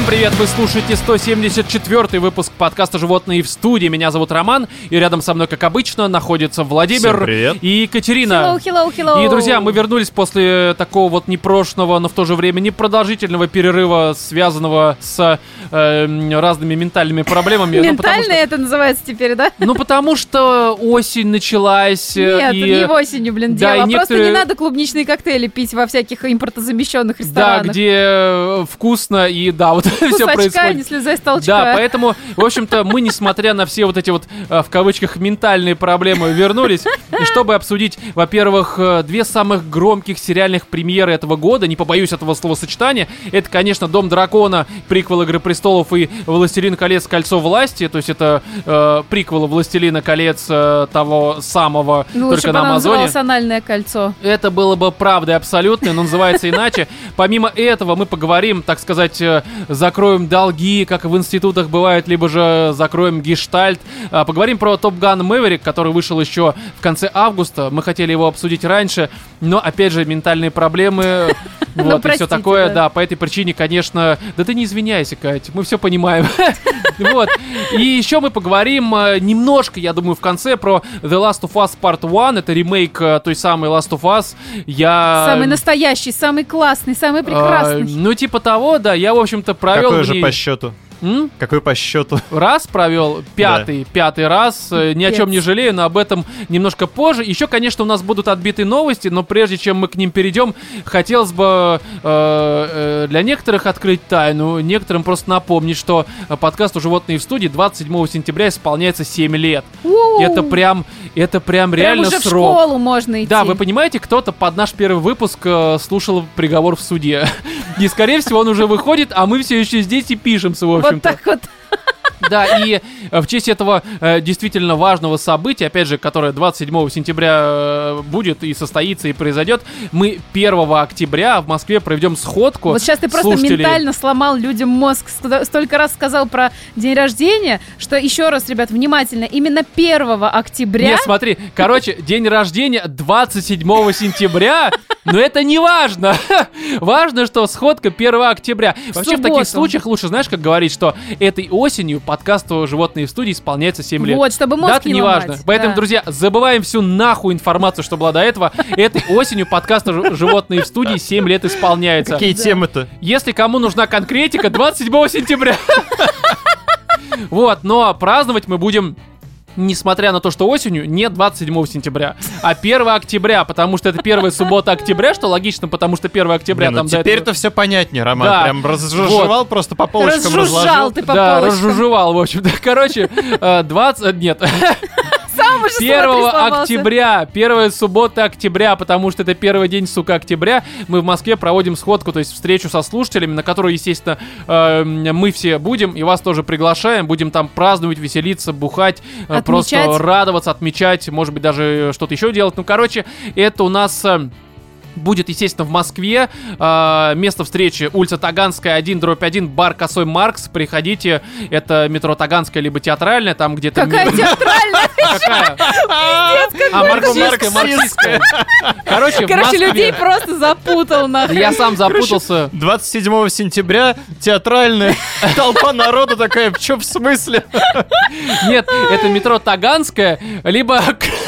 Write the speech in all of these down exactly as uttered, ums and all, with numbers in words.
Всем привет, вы слушаете сто семьдесят четвёртый выпуск подкаста «Животные в студии». Меня зовут Роман, и рядом со мной, как обычно, находится Владимир и Екатерина. Hello, hello, hello. И, друзья, мы вернулись после такого вот непрошенного, но в то же время непродолжительного перерыва, связанного с э, разными ментальными проблемами. Ментальные ну, это называется теперь, да? Ну, потому что осень началась. Нет, и... не осенью, блин, да, дело. некоторые... Просто не надо клубничные коктейли пить во всяких импортозамещенных ресторанах. Да, где вкусно и, да, вот все происходит. Не слезай с толчка. Да, поэтому, в общем-то, мы, несмотря на все вот эти вот, в кавычках, ментальные проблемы, вернулись, и чтобы обсудить, во-первых, две самых громких сериальных премьеры этого года, не побоюсь этого словосочетания, это, конечно, «Дом дракона», приквел «Игры престолов» и «Властелин колец. Кольцо власти», то есть это э, приквел «Властелина колец» э, того самого, ну, только на Амазоне. Лучше бы «Анальное кольцо». Это было бы правдой абсолютной, но называется иначе. Помимо этого мы поговорим, так сказать, э, закроем долги, как в институтах бывает, либо же закроем гештальт. А, поговорим про Top Gun Maverick, который вышел еще в конце августа. Мы хотели его обсудить раньше, но, опять же, ментальные проблемы, вот, и все такое. Да, по этой причине, конечно... Да ты не извиняйся, Кать, мы все понимаем. Вот. И еще мы поговорим немножко, я думаю, в конце про The Last of Us Part один. Это ремейк той самой Last of Us. Я... Самый настоящий, самый классный, самый прекрасный. А, ну, типа того, да. Я, в общем-то, провел... Какой в же ней... по счету? М? Какой по счету? Раз провел, пятый, да. пятый раз, Пипец. Ни о чем не жалею, но об этом немножко позже. Еще, конечно, у нас будут отбитые новости, но прежде чем мы к ним перейдем, хотелось бы э, э, для некоторых открыть тайну, некоторым просто напомнить, что подкасту «Животные в студии» двадцать седьмого сентября исполняется семь лет. У-у-у. Это прям, это прям, прям реально уже срок. В школу можно идти. Да, вы понимаете, кто-то под наш первый выпуск э, слушал приговор в суде. И, скорее всего, он уже выходит, а мы все еще здесь и пишемся, в общем-то. Вот так вот. Да, и в честь этого э, действительно важного события, опять же, которое двадцать седьмого сентября э, будет и состоится, и произойдет, мы первого октября в Москве проведем сходку. Вот сейчас ты просто слушателей. Ментально сломал людям мозг. Столько раз сказал про день рождения, что еще раз, ребят, внимательно, именно первого октября... Нет, смотри, короче, день рождения двадцать седьмого сентября, но это не важно. Важно, что сходка первого октября. Вообще в таких случаях лучше, знаешь, как говорить, что этой осенью подкасту «Животные в студии» исполняется семь лет. Вот, чтобы мозг Дата не не ломать. важно. Поэтому, да. друзья, забываем всю нахуй информацию, что была до этого. Этой осенью подкасту «Животные в студии» семь лет исполняется. Какие да. темы-то? Если кому нужна конкретика, двадцать седьмого сентября. Вот, но праздновать мы будем... Несмотря на то, что осенью, не двадцать седьмого сентября, а первого октября, потому что это первая суббота октября, что логично, потому что первого октября не, там... Ну, теперь-то этого... все понятнее, Роман, да. прям разжужевал, вот. Просто по полочкам разжужжал разложил. ты по да, полочкам. разжужевал, в общем-то. Короче, двадцать... Нет... Сам первого октября, первая суббота октября, потому что это первый день, сука, октября, мы в Москве проводим сходку, то есть встречу со слушателями, на которую, естественно, э, мы все будем, и вас тоже приглашаем, будем там праздновать, веселиться, бухать, э, просто радоваться, отмечать, может быть, даже что-то еще делать. Ну, короче, это у нас... Э, будет, естественно, в Москве. Э, место встречи улица Таганская, один, дробь один, бар Косой Маркс. Приходите. Это метро Таганская, либо театральная, там где-то... Какая театральная? Какая? А, марксистская, марксистская. Короче, Короче, людей просто запутал, нахрен. Я сам запутался. двадцать седьмого сентября театральная толпа народа такая, что в смысле? Нет, это метро Таганская, либо...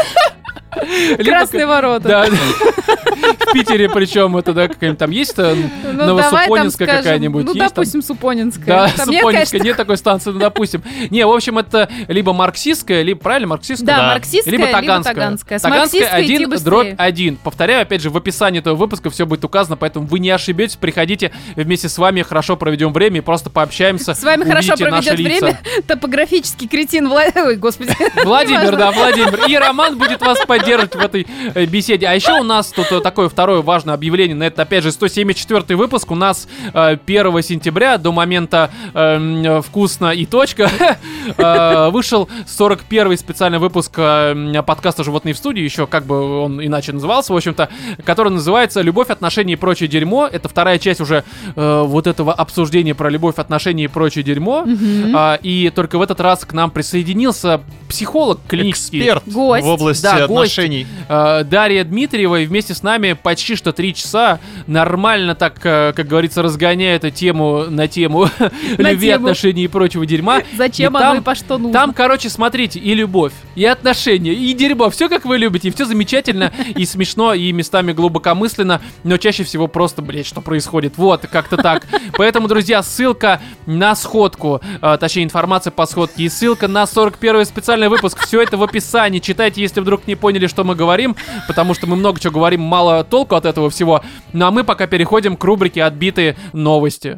Красные ворота. Да, в Питере, причем это, да, какая-нибудь там есть ну, Новосупоненская какая-нибудь? Ну, есть допустим, там? Супоненская. Да, там Супоненская, нет, конечно... нет такой станции, ну, допустим. Не, в общем, это либо марксистская, либо, правильно, марксистская? Да, да. марксистская, либо таганская. Либо таганская. Таганская один, дробь один. Повторяю, опять же, в описании этого выпуска все будет указано, поэтому вы не ошибетесь, приходите, вместе с вами хорошо проведем время и просто пообщаемся. С вами хорошо проведет время топографический кретин Влад... Ой, господи. Владимир, да, Владимир. И Роман будет вас поддерживать в этой беседе. А еще у нас тут такое второе важное объявление. На это, опять же, сто семьдесят четвёртый выпуск. У нас э, первого сентября до момента э, «Вкусно и точка» э, вышел сорок первый специальный выпуск э, подкаста «Животные в студии». Еще как бы он иначе назывался, в общем-то, который называется «Любовь, отношения и прочее дерьмо». Это вторая часть уже э, вот этого обсуждения про любовь, отношения и прочее дерьмо. Mm-hmm. Э, и только в этот раз к нам присоединился психолог клинический. Эксперт гость. в области да, отношений отношений. Э, Дарья Дмитриева, и вместе с нами почти что три часа нормально так, э, как говорится, разгоняя эту тему на тему любви, тему. отношений и прочего дерьма. Зачем И оно там- и по что нужно? Там, короче, смотрите, и любовь, и отношения, и дерьмо, все как вы любите, и все замечательно, и смешно, и местами глубокомысленно, но чаще всего просто, блядь, что происходит. Вот, как-то так. Поэтому, друзья, ссылка на сходку, э, точнее, информация по сходке, и ссылка на сорок первый специальный выпуск, все это в описании. Читайте, если вдруг не поняли, что мы говорим, потому что мы много чего говорим, мало толку от этого всего. Ну а мы пока переходим к рубрике «Отбитые новости».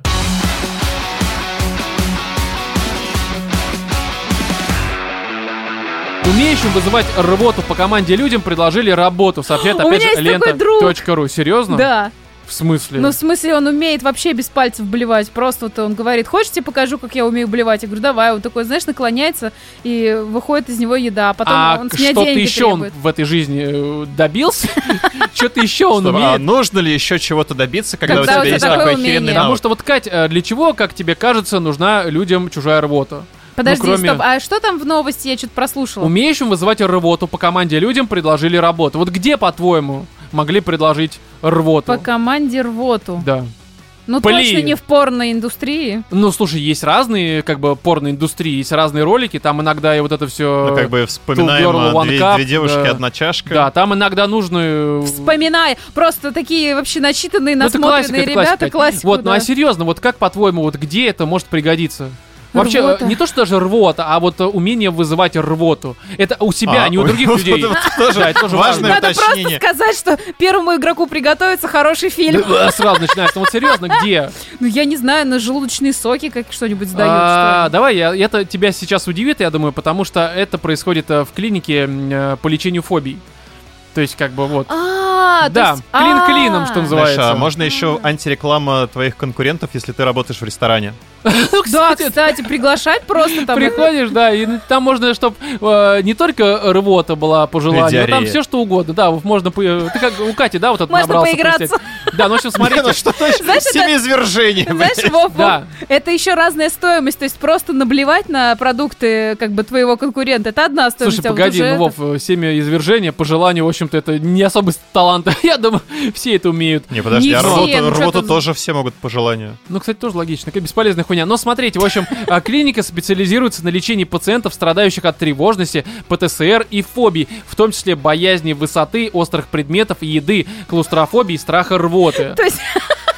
Умеющим вызывать рвоту по команде людям предложили работу, сообщает У опять меня же есть такой друг. лента.ру. Серьезно? Да. В смысле? Ну, в смысле, он умеет вообще без пальцев блевать. Просто вот он говорит, хочешь, тебе покажу, как я умею блевать? Я говорю, давай. Он такой, знаешь, наклоняется, и выходит из него еда. А потом а он с меня что-то деньги еще он требует. в этой жизни э, добился? Что-то еще он Чтобы- а умеет? нужно ли еще чего-то добиться, когда, Когда у у тебя тебя есть такое такой умение? охеренный Потому навык? что вот, Кать, э, для чего, как тебе кажется, нужна людям чужая рвота? Подожди, Ну, кроме- стоп, а что там в новости? Я что-то прослушала. Умеющим вызывать рвоту по команде людям предложили работу. Вот где, по-твоему, могли предложить рвоту? По команде рвоту. Да. Ну, Блин. точно не в порноиндустрии. Ну, слушай, есть разные, как бы, порноиндустрии, есть разные ролики, там иногда и вот это все... Ну, как бы вспоминаем Two Girl, а, One две, Cup, две девушки, да. одна чашка. Да, там иногда нужно... Вспоминай. Просто такие вообще начитанные, Ну, это классика, насмотренные это ребята. классика. Классику, Вот, ну да. а серьезно, вот как, по-твоему, вот где это может пригодиться? Вообще, Рвота. э, не то, что даже рвота, а вот э, умение вызывать рвоту. Это у себя, а, не у ой, других вот людей. это вот тоже Да, это тоже важное важно. Надо уточнение. просто сказать, что первому игроку приготовится хороший фильм. Да, Сразу начинается. Ну вот серьезно, где? Ну, я не знаю, на желудочные соки как что-нибудь сдают, А, что ли? Давай, я- это тебя сейчас удивит, я думаю, потому что это происходит э, в клинике м, э, по лечению фобий. То есть, как бы вот. А, то Да, есть- клин а. клином, что называется. Знаешь, а можно еще антиреклама твоих конкурентов, если ты работаешь в ресторане? Ну, Да, кстати, кстати, приглашать просто там. приходишь, да, и там можно, чтобы не только рвота была по желанию, но там диарея. все что угодно. Да, можно... по- Ты как у Кати, да, вот это Можно набрался поиграться. посидеть. Да, ну, в общем, Ну смотрите. что значит Знаешь, это- семяизвержение, Знаешь, блядь? Вов, Вов, Да. это еще разная стоимость. То есть просто наблевать на продукты как бы твоего конкурента, это одна стоимость. Слушай, а вот погоди, уже ну, это- Вов, семя извержения, по желанию, в общем-то, это не особый талант. Я думаю, все это умеют. Не, подожди, Не а все, рвоту, ну что рвоту ты- тоже все могут по желанию. Ну, кстати, тоже логично. Какая бесполезная хуйня. Но смотрите, в общем, а, клиника специализируется на лечении пациентов, страдающих от тревожности, ПТСР и фобий, в том числе боязни высоты, острых предметов, еды, клаустрофобии, страха рвоты. То есть...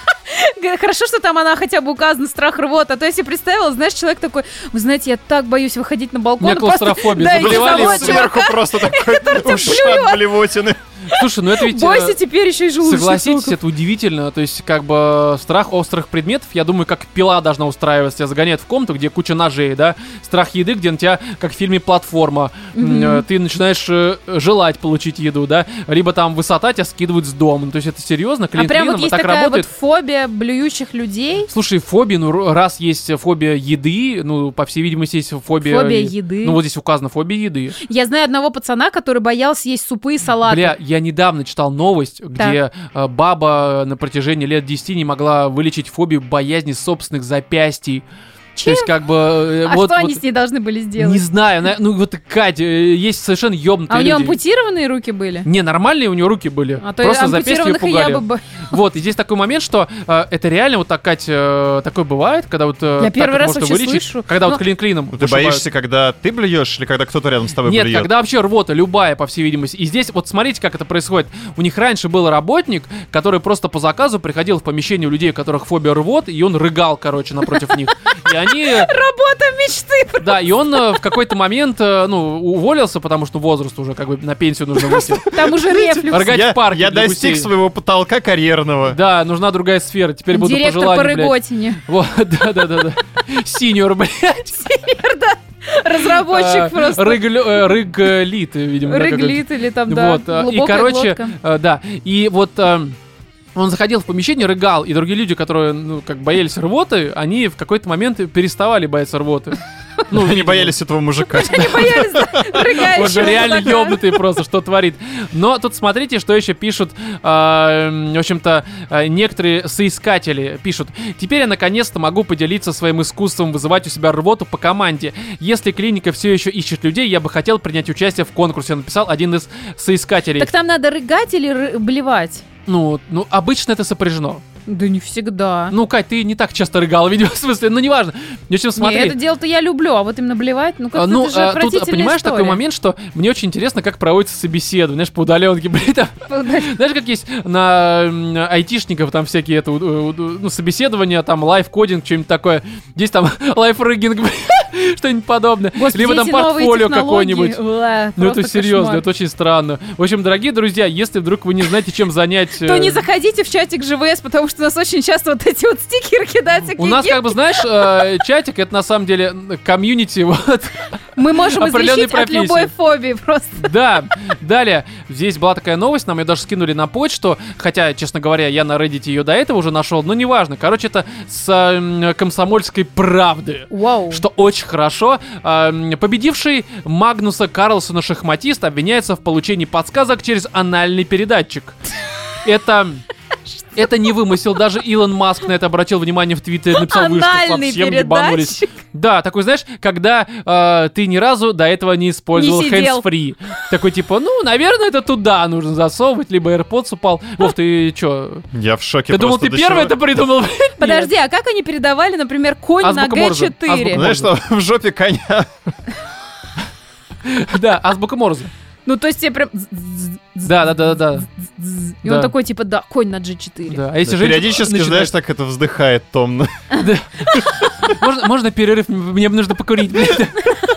Хорошо, что там она хотя бы указана, страх рвота. А то я себе представила, знаешь, человек такой, вы знаете, я так боюсь выходить на У балкон. меня просто- клаустрофобия, Да, и заболевали, того и чувака Сверху просто такой ушат плюет. блевотины. Слушай, ну это ведь... Бойся э, теперь еще и желудочных Согласитесь, соков. это удивительно. То есть, как бы, страх острых предметов, я думаю, как пила должна устраиваться. Тебя загоняют в комнату, где куча ножей, да? Страх еды, где на тебя, как в фильме «Платформа», м, э, ты начинаешь э, желать получить еду, да? Либо там высота тебя скидывают с дома. Ну, то есть, это серьезно? А Клин прям вот клином, есть так такая работает? вот фобия блюющих людей. Слушай, фобия, ну, р- раз есть фобия еды, ну, по всей видимости, есть фобия... Фобия еды. Ну, вот здесь указано фобия еды. Я знаю одного пацана, который боялся есть супы и салаты. Бля, я недавно читал новость, где э, баба на протяжении лет десяти не могла вылечить фобию боязни собственных запястий. То есть, как бы... э, А вот, что они вот- с ней должны были сделать? Не знаю, на- ну вот, Катя, э, есть совершенно ёбнутые А у нее люди. ампутированные руки были? Не, нормальные у нее руки были. А то Просто запястья ампутированных и я пугали. бы... бо- Вот, и здесь такой момент, что э, это реально вот так, Катя, э, такое бывает, когда вот э, Я так первый вот раз можно вообще вылечить, слышу. когда Ну, вот клин-клином Ну, ты вышибают. боишься, когда ты блюешь или когда кто-то рядом с тобой Нет, блюет? когда вообще рвота, любая, по всей видимости. И здесь, вот смотрите, как это происходит. У них раньше был работник, который просто по заказу приходил в помещение у людей, у которых фобия рвот, и он рыгал, короче, напротив них. И они... Работа мечты. Да, и он э, в какой-то момент, э, ну, уволился, потому что возраст уже, как бы, на пенсию нужно выйти. Там уже рефлюкс. Рыгать я в парке я для достиг гусей. своего потолка карьерного. Да, нужна другая сфера. Теперь буду по Директор по желанию, блядь. Рыготине. Вот, да-да-да. Синьор, блядь. Разработчик А, просто. рыглю- э, Рыглит, видимо. да, какой-то. Рыглит или там, да, Вот, а, и, глубокая короче, глотка. э, да, и вот э, он заходил в помещение, рыгал, и другие люди, которые, ну, как боялись рвоты, они в какой-то момент переставали бояться рвоты. Ну, Они видимо. боялись этого мужика. Они боялись рыгающего Он же реально мудака. ёбнутый просто, что творит. Но тут смотрите, что еще пишут, а, в общем-то, а, некоторые соискатели пишут. Теперь я наконец-то могу поделиться своим искусством вызывать у себя рвоту по команде. Если клиника все еще ищет людей, я бы хотел принять участие в конкурсе, написал один из соискателей. Так там надо рыгать или ры- блевать? Ну, ну, обычно это сопряжено. Да не всегда. Ну, Кать, ты не так часто рыгала, видимо, в смысле, ну, неважно. В общем, смотри. Не, это дело-то я люблю, а вот именно блевать, ну как-то А, ну, это же а, тут, отвратительная понимаешь, история. такой момент, что мне очень интересно, как проводится собеседование, знаешь, по удаленке, блин, там, знаешь, как есть на м, айтишников там всякие это, у- у- ну, собеседования, там, лайф-кодинг, что-нибудь такое, здесь там лайф-рыгинг, блин, что-нибудь подобное, Господи, либо там эти новые портфолио технологии, какое-нибудь. уа, Ну, это просто серьезно, кошмар. это очень странно. В общем, дорогие друзья, если вдруг вы не знаете, чем занять... То э, не заходите в чатик ЖВС, потому что у нас очень часто вот эти вот стикеры кидают. У нас, как бы, знаешь, э, чатик, это на самом деле комьюнити, вот. Мы можем определенной излечить от профессии. любой фобии просто. Да, далее, здесь была такая новость, нам ее даже скинули на почту, хотя, честно говоря, я на Reddit ее до этого уже нашел, но неважно. Короче, это с э, комсомольской правды. Вау. Что очень хорошо. Э, победивший Магнуса Карлсона шахматист обвиняется в получении подсказок через анальный передатчик. Это... Это не вымысел, даже Илон Маск на это обратил внимание в Твиттере, написал, вы что, Анальный совсем ебанулись. передатчик. Да, такой, знаешь, когда э, ты ни разу до этого не использовал Не сидел. hands-free. Такой, типа, ну, наверное, это туда нужно засовывать, либо AirPods упал. Вов, ты чё? Я в шоке. Ты думал, просто ты до первый чего- это придумал? Подожди, а как они передавали, например, конь Азбука на Морзе. Г четыре? Азбука Знаешь, что в жопе коня. Нет. Да, азбука Морзе. Ну, то есть тебе прям... Да, да, да, да. И Да. он такой, типа, да, конь на джи четыре. Да, а если женщина Периодически, начинает- знаешь, так это вздыхает томно. Можно, можно перерыв? Мне нужно покурить. блядь.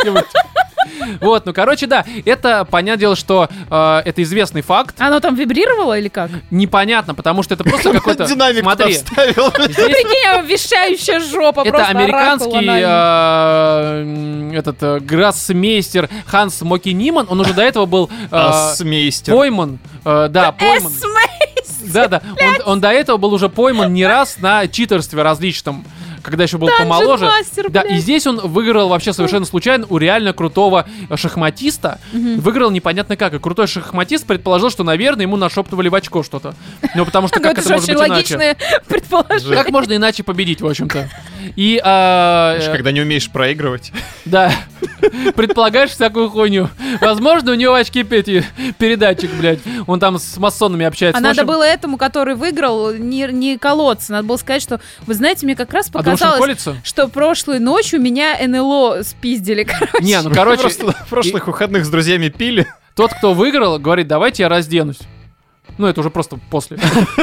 Вот, ну, короче, да, это, понятное дело, что э, это известный факт. Оно там вибрировало или как? Непонятно, потому что это просто какой-то... Динамик туда Смотри, вставил. здесь Прикинь, вещающая жопа, это просто американский оракул анальный. э, м, этот э, гроссмейстер Ханс Моки Ниман. Он уже до этого был э, Асмейстер. пойман. э, да, пойман. Эсмейс! Да, да. Он, он до этого был уже пойман не раз на читерстве различном, когда еще был Dungeon помоложе. Master, Да, блядь. и здесь он выиграл вообще совершенно случайно у реально крутого шахматиста. Выиграл непонятно как. И крутой шахматист предположил, что, наверное, ему нашептывали в очко что-то. Ну, потому что Ну, как это это же может очень быть иначе? логичное предположение. Как можно иначе победить, в общем-то? И, а, Знаешь, э, когда не умеешь проигрывать. да, предполагаешь всякую хуйню. Возможно, у него очки эти передатчик, блядь. Он там с масонами общается. А Ну, в надо общем, было этому, который выиграл, не, не колоться. Надо было сказать, что, вы знаете, мне как раз а думаешь, он показалось, колется? что прошлой ночью меня эн эл о спиздили, короче. Не, ну, короче, Просто в прошлых выходных с друзьями пили. тот, кто выиграл, говорит, давайте я разденусь. Ну, это уже просто после.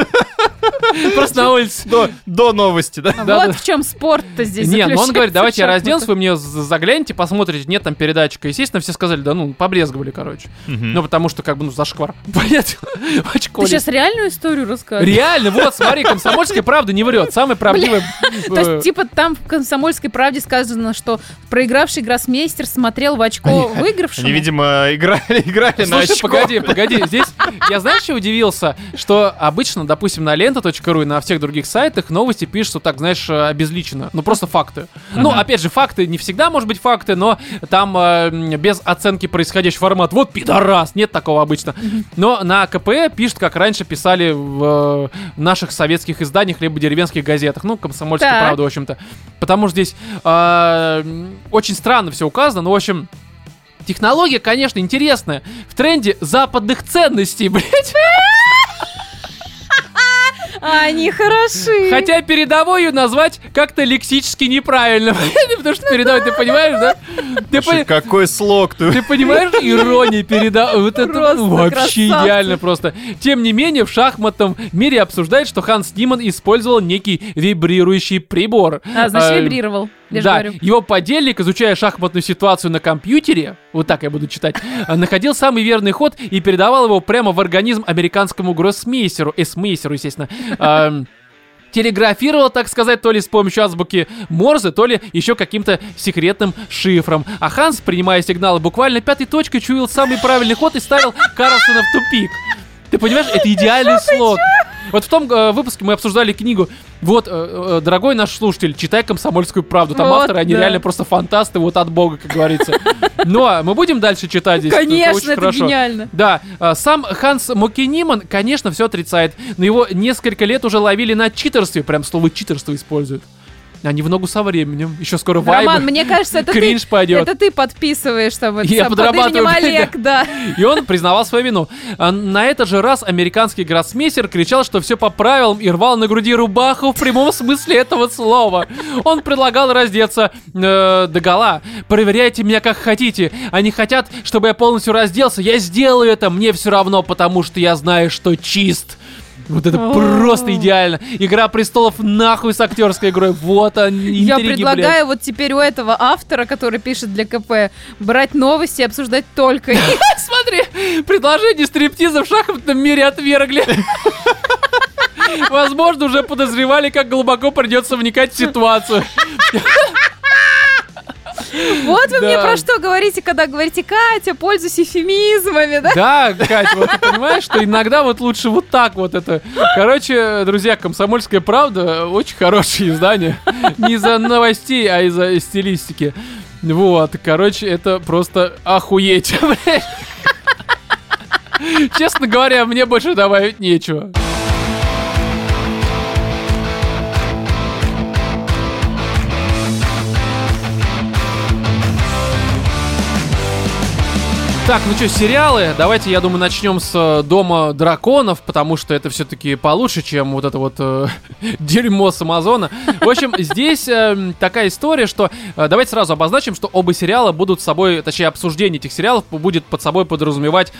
Просто на улице. До, до новости, да? А да, вот да. в чем спорт-то здесь Не, ну он говорит, заключается, давайте я шахматы. разденусь, вы мне з- загляните, посмотрите, нет там передатчика. Естественно, все сказали, да ну, побрезговали, короче. Мгм. Ну, потому что, как бы, ну, зашквар. Понятно? Очко. Ты сейчас реальную историю рассказываешь? Реально, вот, смотри, комсомольская правда не врет. Самая правдивая... То э, есть, типа, там в «Комсомольской правде» сказано, что проигравший гроссмейстер смотрел в очко выигравшему? Они, видимо, играли, играли на Слушай, очко. погоди, погоди, здесь я, знаешь, что удивился? Что обычно, допустим, на лента точка ру и на всех других сайтах новости пишутся так, знаешь, э, обезличенно. Ну, просто факты. Ну, опять же, факты не всегда, может быть, факты, но там э, м, без оценки происходящий формат. Вот пидорас! Нет такого обычно. Но на ка пэ э пишут, как раньше писали в э, наших советских изданиях, либо деревенских газетах. Ну, «Комсомольская Так. правда», в общем-то. Потому что здесь э, м, очень странно все указано. Ну, в общем... Технология, конечно, интересная. В тренде западных ценностей, блядь. А, они хороши. Хотя передовой ее назвать как-то лексически неправильно. Потому что передовой, ты понимаешь, да? Ты, Слушай, пони- какой слог ты. ты понимаешь иронии передовой? Вот это Просто вообще красавцы. идеально просто. Тем не менее, в шахматном мире обсуждают, что Ханс Ниман использовал некий вибрирующий прибор. А, значит, А, вибрировал. Я же Да, говорю. его подельник, изучая шахматную ситуацию на компьютере, вот так я буду читать, а, находил самый верный ход и передавал его прямо в организм американскому гроссмейстеру, эсмейстеру, естественно. Ам, телеграфировал, так сказать, то ли с помощью азбуки Морзе, то ли еще каким-то секретным шифром. А Ханс, принимая сигналы, буквально пятой точкой чуял самый правильный ход и ставил Карлсона в тупик. Ты понимаешь, это идеальный слог. Вот в том э, выпуске мы обсуждали книгу. Вот, э, э, дорогой наш слушатель, читай «Комсомольскую правду». Там Вот, авторы, они да. реально просто фантасты, вот от бога, как говорится. Но мы будем дальше читать здесь. Конечно, очень это хорошо. гениально. Да, э, сам Ханс Мокениман, конечно, все отрицает. Но его несколько лет уже ловили на читерстве. Прям слово «читерство» используют. Они в ногу со временем. Еще скоро вайбы. Роман, мне кажется, это ты, кринж пойдет. это ты подписываешь там это Я сам, под подрабатываю, именем Олег, да. И он признавал свою вину. А на этот же раз американский гроссмейстер кричал, что все по правилам, и рвал на груди рубаху в прямом смысле этого слова. Он предлагал раздеться э, догола. Проверяйте меня как хотите. Они хотят, чтобы я полностью разделся. Я сделаю это, мне все равно, потому что я знаю, что чист. Вот это О. просто идеально. «Игра престолов» нахуй с актерской игрой. Вот они, интриги, Я блядь. предлагаю вот теперь у этого автора, который пишет для КП, брать новости и обсуждать только их. Смотри, предложение стриптиза в шахматном мире отвергли. Возможно, уже подозревали, как глубоко придется вникать в ситуацию. Вот вы мне Да. про что говорите, когда говорите: Катя, пользуйся эфемизмами, да? Да, Кать, вот ты понимаешь, что иногда вот лучше вот так вот это. Короче, друзья, «Комсомольская правда» очень хорошее издание. Не из-за новостей, а из-за стилистики. Вот, короче, это просто охуеть, блядь. Честно говоря, мне больше добавить нечего. Так, ну что, сериалы? Давайте, я думаю, начнем с э, «Дома драконов», потому что это все-таки получше, чем вот это вот э, дерьмо с Амазона. В общем, здесь э, такая история, что... Э, давайте сразу обозначим, что оба сериала будут с собой, точнее, обсуждение этих сериалов будет под собой подразумевать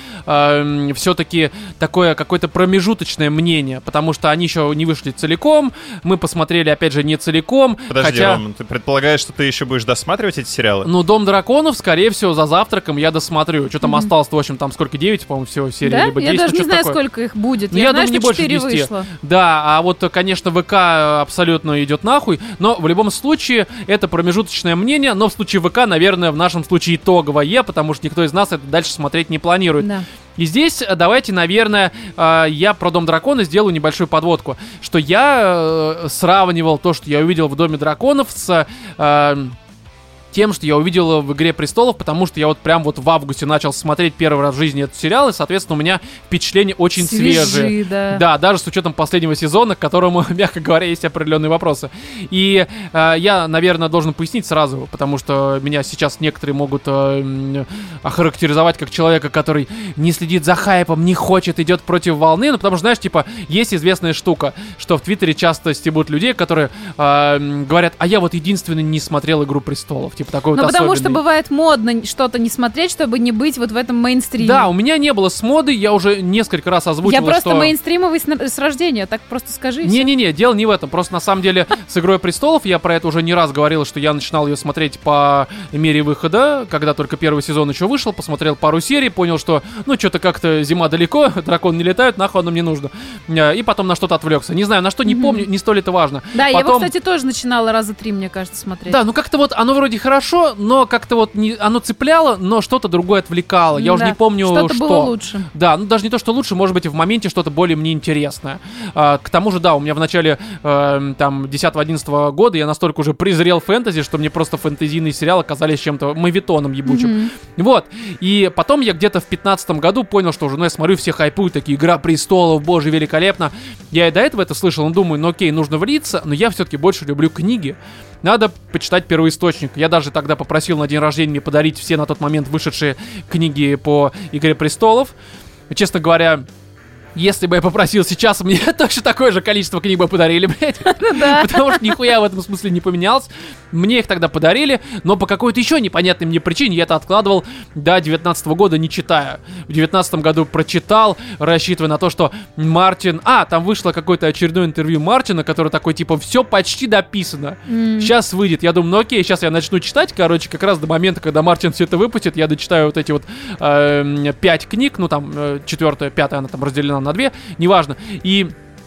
э, все-таки такое какое-то промежуточное мнение, потому что они еще не вышли целиком, мы посмотрели, опять же, не целиком. Подожди, хотя... Ром, ты предполагаешь, что ты еще будешь досматривать эти сериалы? Ну, «Дом драконов», скорее всего, за завтраком я досмотрю. Что там осталось, в общем, там сколько, девять, по-моему, всего серий, Да? либо Я десять, даже ну, не что-то знаю, такое. сколько их будет. Ну, я я знаю, думаю, не что больше четыре десяти. вышло. Да, а вот, конечно, ВК абсолютно идет нахуй, но в любом случае это промежуточное мнение, но в случае ВК, наверное, в нашем случае итоговое, потому что никто из нас это дальше смотреть не планирует. Да. И здесь давайте, наверное, э, я про «Дом дракона» сделаю небольшую подводку, что я э, сравнивал то, что я увидел в «Доме драконов» с... Э, тем, что я увидел в «Игре престолов», потому что я вот прям вот в августе начал смотреть первый раз в жизни этот сериал, и, соответственно, у меня впечатления очень Свежие, свежие. да. Да, даже с учетом последнего сезона, к которому, мягко говоря, есть определенные вопросы. И э, я, наверное, должен пояснить сразу, потому что меня сейчас некоторые могут э, м, охарактеризовать как человека, который не следит за хайпом, не хочет, идет против волны, ну, потому что, знаешь, типа, есть известная штука, что в Твиттере часто стебут людей, которые э, м, говорят: а я вот единственный не смотрел «Игру престолов». Типа такой Ну, вот потому что особенный. бывает модно что-то не смотреть, чтобы не быть вот в этом мейнстриме. Да, у меня не было с модой, я уже несколько раз озвучивал, Я просто что... мейнстримовый с, на- с рождения, так просто скажи. и всё. Не-не-не, дело не в этом. Просто на самом деле с «Игрой престолов» я про это уже не раз говорил, что я начинал ее смотреть по мере выхода, когда только первый сезон еще вышел, посмотрел пару серий, понял, что ну что-то как-то зима далеко, драконы не летают, нахуй оно мне нужно. И потом на что-то отвлекся. Не знаю, на что, не помню, не столь это важно. Да, я его, Потом- кстати, тоже начинала раза три, мне кажется, смотреть. Да, ну как-то вот оно вроде хорошо, но как-то вот не, оно цепляло, но что-то другое отвлекало. Я уже Да, не помню, что-то что. было лучше. Да, ну даже не то, что лучше, может быть, в моменте что-то более мне интересное. А, к тому же, да, у меня в начале э, там десятого-одиннадцатого года я настолько уже презрел фэнтези, что мне просто фэнтезийные сериалы казались чем-то мавитоном ебучим. Вот. И потом я где-то в пятнадцатом году понял, что уже, ну я смотрю, все хайпуют, такие «Игра престолов», боже, великолепно. Я и до этого это слышал, но думаю, ну окей, нужно влиться, но я все-таки больше люблю книги. Надо почитать первоисточник. Я даже тогда попросил на день рождения мне подарить все на тот момент вышедшие книги по «Игре престолов». Честно говоря, если бы я попросил сейчас, мне точно такое же количество книг бы подарили, блядь. Потому что нихуя в этом смысле не поменялось. Мне их тогда подарили, но по какой-то еще непонятной мне причине я это откладывал до девятнадцатого года, не читая. В девятнадцатом году прочитал, рассчитывая на то, что Мартин... А, там вышло какое-то очередное интервью Мартина, который такой, типа, все почти дописано. Сейчас выйдет. Я думаю, ну окей, сейчас я начну читать, короче, как раз до момента, когда Мартин все это выпустит, я дочитаю вот эти вот э, пять книг, ну там, э, четвертая, пятая, она там разделена на две, неважно. И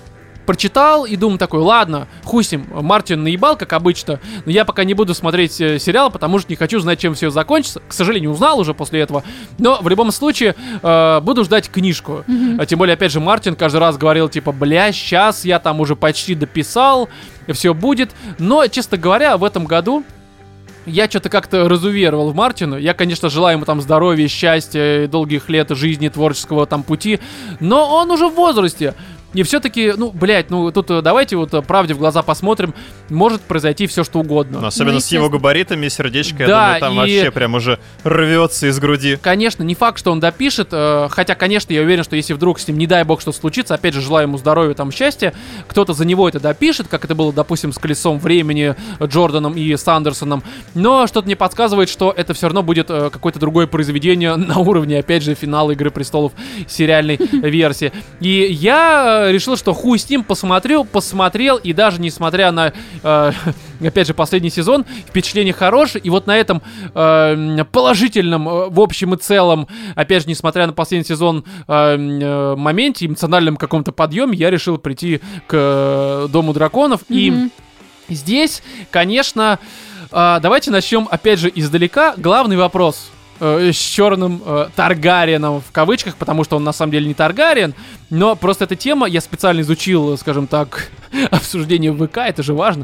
прочитал и думаю такой, ладно, хуй с ним, Мартин наебал, как обычно, но я пока не буду смотреть э, сериал, потому что не хочу знать, чем все закончится. К сожалению, узнал уже после этого, но в любом случае э, буду ждать книжку. Mm-hmm. Тем более, опять же, Мартин каждый раз говорил, типа, бля, сейчас я там уже почти дописал, все будет. Но, честно говоря, в этом году я что-то как-то разуверовал в Мартину. Я, конечно, желаю ему там здоровья, счастья, долгих лет жизни, творческого там пути. Но он уже в возрасте. И все-таки, ну, блядь, ну, тут давайте вот правде в глаза посмотрим. Может произойти все, что угодно. Но особенно ну, с его габаритами, сердечко, да, я думаю, там и... вообще прям уже рвется из груди. Конечно, не факт, что он допишет. Э, хотя, конечно, я уверен, что если вдруг с ним, не дай бог, что случится, опять же, желаю ему здоровья, там, счастья, кто-то за него это допишет, как это было, допустим, с «Колесом времени», Джорданом и Сандерсоном. Но что-то мне подсказывает, что это все равно будет э, какое-то другое произведение на уровне, опять же, финала «Игры престолов» сериальной версии. И я решил, что хуй с ним, посмотрю, посмотрел, и даже несмотря на, э, опять же, последний сезон, впечатление хорошее, и вот на этом э, положительном, э, в общем и целом, опять же, несмотря на последний сезон, э, э, моменте, эмоциональном каком-то подъеме, я решил прийти к э, Дому драконов, mm-hmm. и здесь, конечно, э, давайте начнем, опять же, издалека. Главный вопрос с черным э, Таргариеном в кавычках, потому что он на самом деле не Таргариен, но просто эта тема, я специально изучил, скажем так, обсуждение в ВК, это же важно.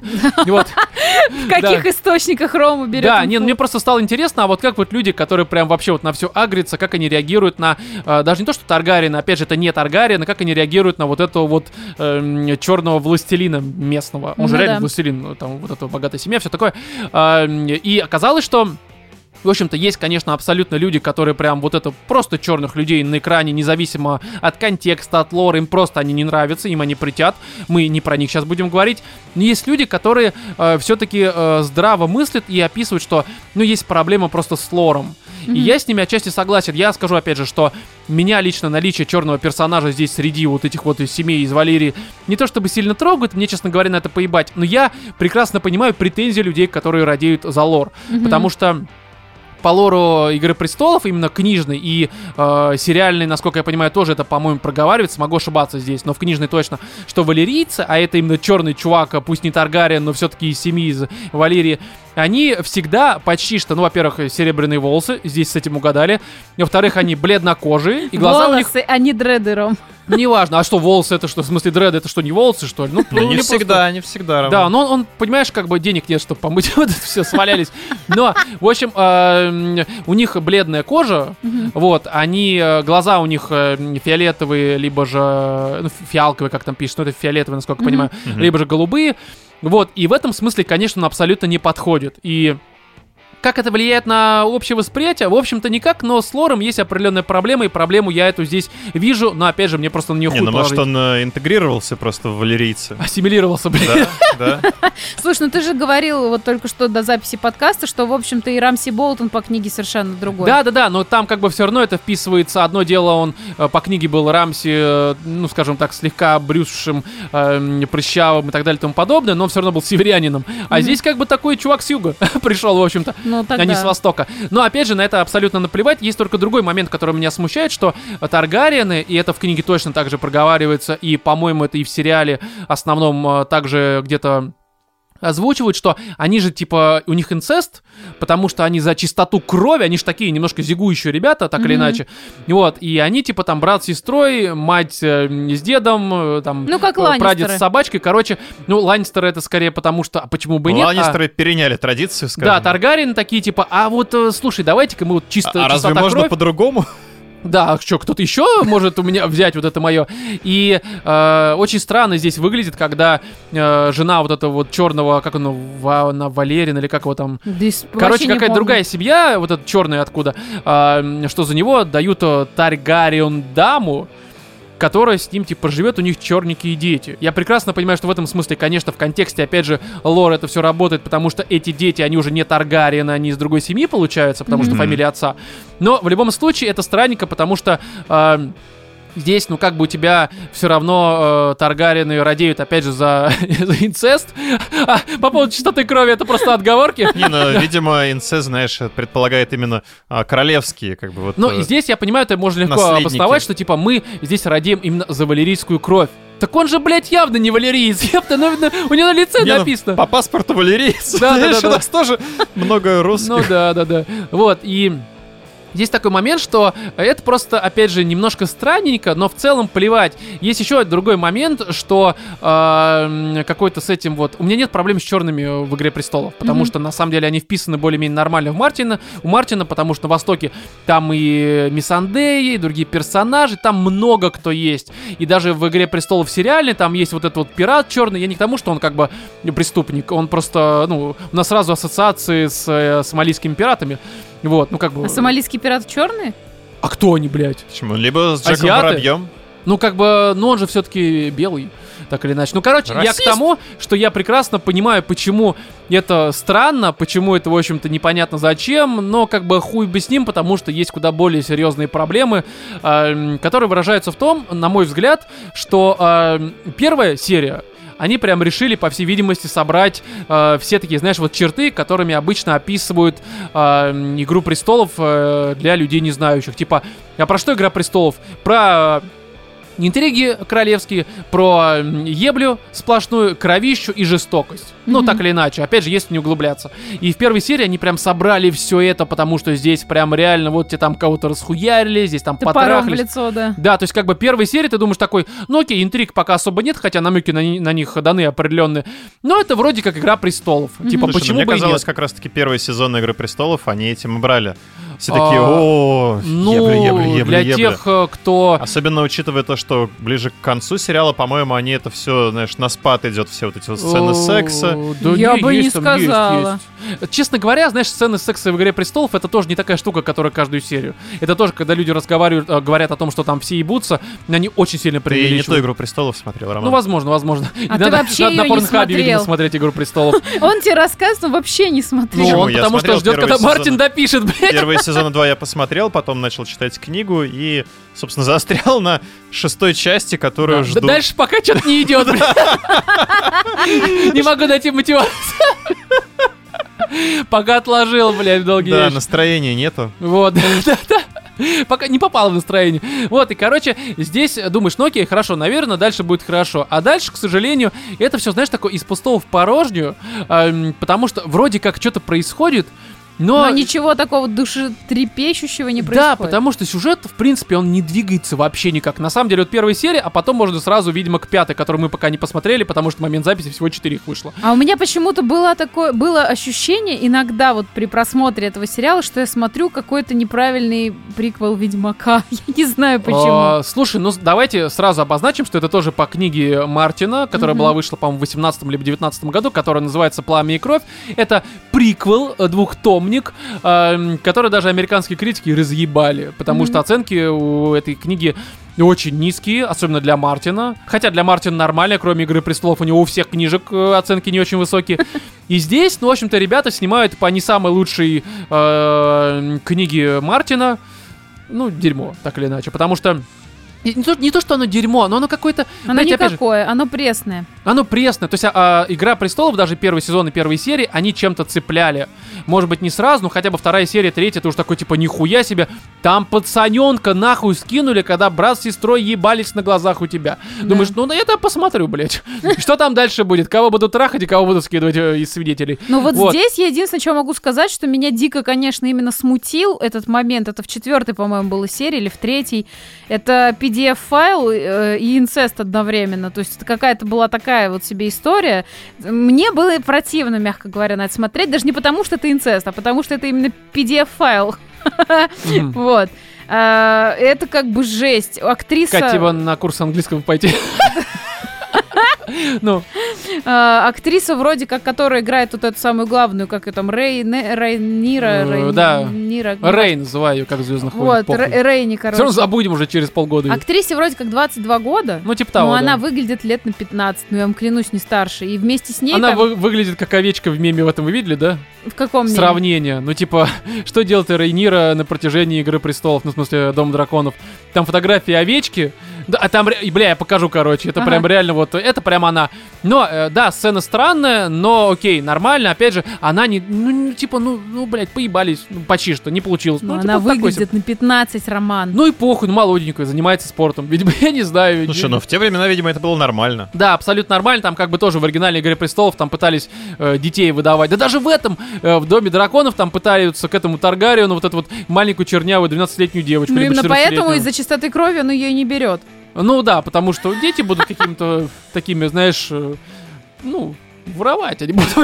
В каких источниках Рома берет? Да, не, мне просто стало интересно, а вот как вот люди, которые прям вообще вот на все агрятся, как они реагируют на, даже не то, что Таргариен, опять же, это не Таргариен, а как они реагируют на вот этого вот черного властелина местного. Он же реально властелин, там вот эта богатая семья, все такое. И оказалось, что в общем-то, есть, конечно, абсолютно люди, которые прям вот это просто черных людей на экране, независимо от контекста, от лора, им просто они не нравятся, им они притят. Мы не про них сейчас будем говорить. Но есть люди, которые э, все-таки э, здраво мыслят и описывают, что, ну, есть проблема просто с лором. Mm-hmm. И я с ними отчасти согласен. Я скажу, опять же, что меня лично наличие черного персонажа здесь среди вот этих вот семей из Валерии не то чтобы сильно трогает, мне, честно говоря, на это поебать. Но я прекрасно понимаю претензии людей, которые радеют за лор. Mm-hmm. Потому что по лору «Игры престолов», именно книжный и э, сериальный, насколько я понимаю, тоже это, по-моему, проговаривается, могу ошибаться здесь, но в книжной точно, что валерийцы, а это именно черный чувак, пусть не Таргариен, но все-таки из семьи из Валерии, они всегда почти что, ну, во-первых, серебряные волосы, здесь с этим угадали, во-вторых, они бледнокожие, и глаза волосы, у них... а не дреды, Ром. Неважно, а что, волосы это что? В смысле, дреды это что, не волосы, что ли? Ну, ну не, не всегда, просто... не всегда. Роман. Да, но он, он, понимаешь, как бы денег нет, чтобы помыть, вот это все свалялись. Но, в общем, э, у них бледная кожа, вот, они, глаза у них фиолетовые, либо же, ну, фиалковые, как там пишут, ну, это фиолетовые, насколько я понимаю, либо же голубые, вот, и в этом смысле, конечно, он абсолютно не подходит, и... Как это влияет на общее восприятие? В общем-то, никак, но с лором есть определенная проблема, и проблему я эту здесь вижу, но, опять же, мне просто на нее хуй Не, ну, положить. может, он э, интегрировался просто в валерийца. Ассимилировался, блин. Да, да. Слушай, ну ты же говорил вот только что до записи подкаста, что, в общем-то, и Рамси Болтон по книге совершенно другой. Да-да-да, но там как бы все равно это вписывается. Одно дело, он э, по книге был Рамси, э, ну, скажем так, слегка обрюзшим, э, прыщавым и так далее и тому подобное, но он все равно был северянином. А mm-hmm. здесь как бы такой чувак с юга пришел, в общем-то. Ну, тогда... а не с востока. Но, опять же, на это абсолютно наплевать. Есть только другой момент, который меня смущает, что Таргариены, и это в книге точно так же проговаривается, и, по-моему, это и в сериале основном также где-то озвучивают, что они же, типа, у них инцест, потому что они за чистоту крови, они же такие немножко зигующие ребята, так mm-hmm. или иначе. Вот, и они, типа, там, брат с сестрой, мать э, с дедом, там, ну, как прадед с собачкой. Короче, ну, Ланнистеры это скорее потому что, а почему бы и нет? Ланнистеры а... переняли традицию, скажем. Да, Таргариены такие, типа, а вот, слушай, давайте-ка мы вот чисто А, а разве можно кровь... по-другому? Да, а что, кто-то еще может у меня взять вот это мое. И э, очень странно здесь выглядит, когда э, жена вот этого вот черного, как оно, Ва, на Валерин или как его там. Да, короче, какая-то другая семья, вот этот черный откуда, э, что за него дают Таргариен даму, которая с ним, типа, живет, у них черненькие дети. Я прекрасно понимаю, что в этом смысле, конечно, в контексте, опять же, лор это все работает, потому что эти дети, они уже не Таргариены, они из другой семьи, получаются, потому mm-hmm. что фамилия отца. Но в любом случае это странненько, потому что... Э, Здесь, ну, как бы у тебя все равно э, Таргариены радеют, опять же, за, за инцест. А по поводу чистоты крови это просто отговорки. Не, ну, видимо, инцест, знаешь, предполагает именно а, королевские, как бы вот... Ну, и здесь, я понимаю, это можно легко наследники. обосновать, что, типа, мы здесь радеем именно за валерийскую кровь. Так он же, блядь, явно не валериец. Ёпта, ну, ну, у него на лице Не, ну, написано. по паспорту валерийец. Да, да, Знаешь, да, у да. нас тоже много русских. Ну да, да, да. Вот, и есть такой момент, что это просто, опять же, немножко странненько, но в целом плевать. Есть еще другой момент, что э, какой-то с этим вот... У меня нет проблем с черными в «Игре престолов», потому Мгм. что, на самом деле, они вписаны более-менее нормально в Мартина, у Мартина, потому что на Востоке там и Миссандеи, и другие персонажи, там много кто есть. И даже в «Игре престолов» сериальной там есть вот этот вот пират черный. Я не к тому, что он как бы преступник, он просто, ну, у нас сразу ассоциации с э, сомалийскими пиратами. Вот, ну как бы... А сомалийские пираты черные? А кто они, блядь? Почему? Либо с Джеком Азиаты? Воробьем. Ну, как бы, ну он же все-таки белый, так или иначе. Ну, короче, я Расист. к тому, что я прекрасно понимаю, почему это странно, почему это, в общем-то, непонятно зачем, но как бы хуй бы с ним, потому что есть куда более серьезные проблемы, э, которые выражаются в том, на мой взгляд, что э, первая серия, они прям решили, по всей видимости, собрать э, все такие, знаешь, вот черты, которыми обычно описывают э, «Игру престолов» э, для людей не знающих. Типа, а про что «Игра престолов»? Про... интриги королевские, про м, еблю сплошную, кровищу и жестокость. Ну, Мгм. так или иначе, опять же, если не углубляться. И в первой серии они прям собрали все это, потому что здесь прям реально вот тебе там кого-то расхуярили, здесь там Топором в потрахались. лицо, да. Да, то есть как бы первой серии ты думаешь такой, ну окей, интриг пока особо нет, хотя намеки на, ни- на них даны определенные. Но это вроде как «Игра престолов». Мгм. Типа, Слушай, ну, почему мне бы и казалось, нет? как раз-таки первый сезон «Игры престолов» они этим и брали. Все А, такие, о, Ну, ебля, ебля, ебля, для ебля». тех, э, кто... Особенно учитывая то, что ближе к концу сериала, по-моему, они это все, знаешь, на спад идет, все вот эти вот сцены О, секса. да Я не, бы не есть там, есть, сказала. есть. Честно говоря, знаешь, сцены секса в «Игре престолов» это тоже не такая штука, которая каждую серию. Это тоже, когда люди разговаривают, э, говорят о том, что там все ебутся, они очень сильно Ты не преувеличивают. ту «Игру престолов» смотрел, Роман? Ну, возможно, возможно. И А ты надо, вообще надо её на не Порнхабе, видимо, смотрел. смотреть «Игру престолов». Он тебе рассказывает, но вообще не Ну, смотрел. Почему? он Я потому что смотрел ждет, первые когда Мартин сезоны. допишет, блядь. Первые сезоны два я посмотрел, потом начал читать книгу и, собственно, застрял на шестой части, которую Да, жду. дальше пока что-то не идет, блядь. Не могу найти мотивацию. Пока отложил, блядь, в долгий Да, ящик. настроения нету. Вот, да, да. Пока не попал в настроение. Вот, и, короче, здесь думаешь, ну окей, хорошо, наверное, дальше будет хорошо. А дальше, к сожалению, это все, знаешь, такое из пустого в порожнюю, эм, потому что вроде как что-то происходит, но... Но ничего такого душетрепещущего не Да, происходит. потому что сюжет, в принципе, он не двигается вообще никак. На самом деле, вот первая серия, а потом можно сразу, видимо, к пятой, которую мы пока не посмотрели, потому что в момент записи всего четыре их вышло. А у меня почему-то было такое, было ощущение иногда вот при просмотре этого сериала, что я смотрю какой-то неправильный приквел Ведьмака. Я не знаю почему. А, слушай, ну с- давайте сразу обозначим, что это тоже по книге Мартина, которая Мгм. была вышла, по-моему, в восемнадцатом либо девятнадцатом году, которая называется «Пламя и кровь». Это приквел, э, двухтомник, эм, который даже американские критики разъебали, потому Мгм. что оценки у этой книги очень низкие, особенно для Мартина. Хотя для Мартина нормально, кроме «Игры престолов», у него у всех книжек э, оценки не очень высокие. И здесь, ну, в общем-то, ребята снимают по не самой лучшей э, книге Мартина. Ну, дерьмо, так или иначе. Потому что и не то, не то, что оно дерьмо, но оно какое-то... Оно знаете, опять же, никакое, оно пресное. оно пресное. То есть а, а, «Игра престолов», даже первый сезон и первые серии, они чем-то цепляли. Может быть, не сразу, но хотя бы вторая серия, третья, ты уж такой, типа, нихуя себе. Там пацаненка нахуй скинули, когда брат с сестрой ебались на глазах у тебя. Да. Думаешь, ну, на это я посмотрю, блядь. Что там дальше будет? Кого будут трахать и кого будут скидывать э, из свидетелей? Ну вот, Вот. здесь я единственное, что могу сказать, что меня дико, конечно, именно смутил этот момент. Это в четвертой, по-моему, была серия или в третьей. Это пи ди эф-файл э, и инцест одновременно. То есть это какая-то была такая вот себе история. Мне было противно, мягко говоря, на это смотреть. Даже не потому, что это инцест, а потому, что это именно пи ди эф-файл. Мгм. Вот. А, это как бы жесть. Актриса... Кать, тебе на курс английского пойти. Ну, А, актриса вроде как, которая играет вот эту самую главную, как ее там, Рей, Не- Рейнира, Э, Рей- да. Нира, Рэй называю ее, как в «Звездных войнах». Вот, похуй. Ре- Рейни, Все равно короче. забудем уже через полгода. её. Актрисе вроде как двадцать два года, Ну, типа того, но да. она выглядит лет на пятнадцать, ну я вам клянусь, не старше. И вместе с ней Она там- вы- выглядит как овечка в меме в этом, вы видели, да? в каком меме? Сравнение. Ну, типа, что делает Рейнира на протяжении «Игры престолов», ну, в смысле, «Дом драконов». Там фотографии овечки, Да, а там, ре- и, бля, я покажу, короче, это Ага. прям реально вот, это прям она. Но, э, да, сцена странная, но окей, нормально, опять же, она не, ну, ну, типа, ну, ну, блядь, поебались, ну, почти что, не получилось. Но Ну, она типа, такой себе. выглядит на пятнадцать, Роман. Ну и похуй, ну, молоденькая, занимается спортом, видимо, я не знаю. Слушай, ну в те времена, видимо, это было нормально. Да, абсолютно нормально, там как бы тоже в оригинальной «Игре престолов» там пытались э, детей выдавать. Да даже в этом, э, в «Доме драконов» там пытаются к этому Таргариену вот эту вот маленькую чернявую двенадцатилетнюю девочку. Ну либо именно поэтому четырнадцатилетнюю. из-за чистоты крови он ее не берет. Ну да, потому что дети будут какими-то такими, знаешь, э, ну, воровать они будут.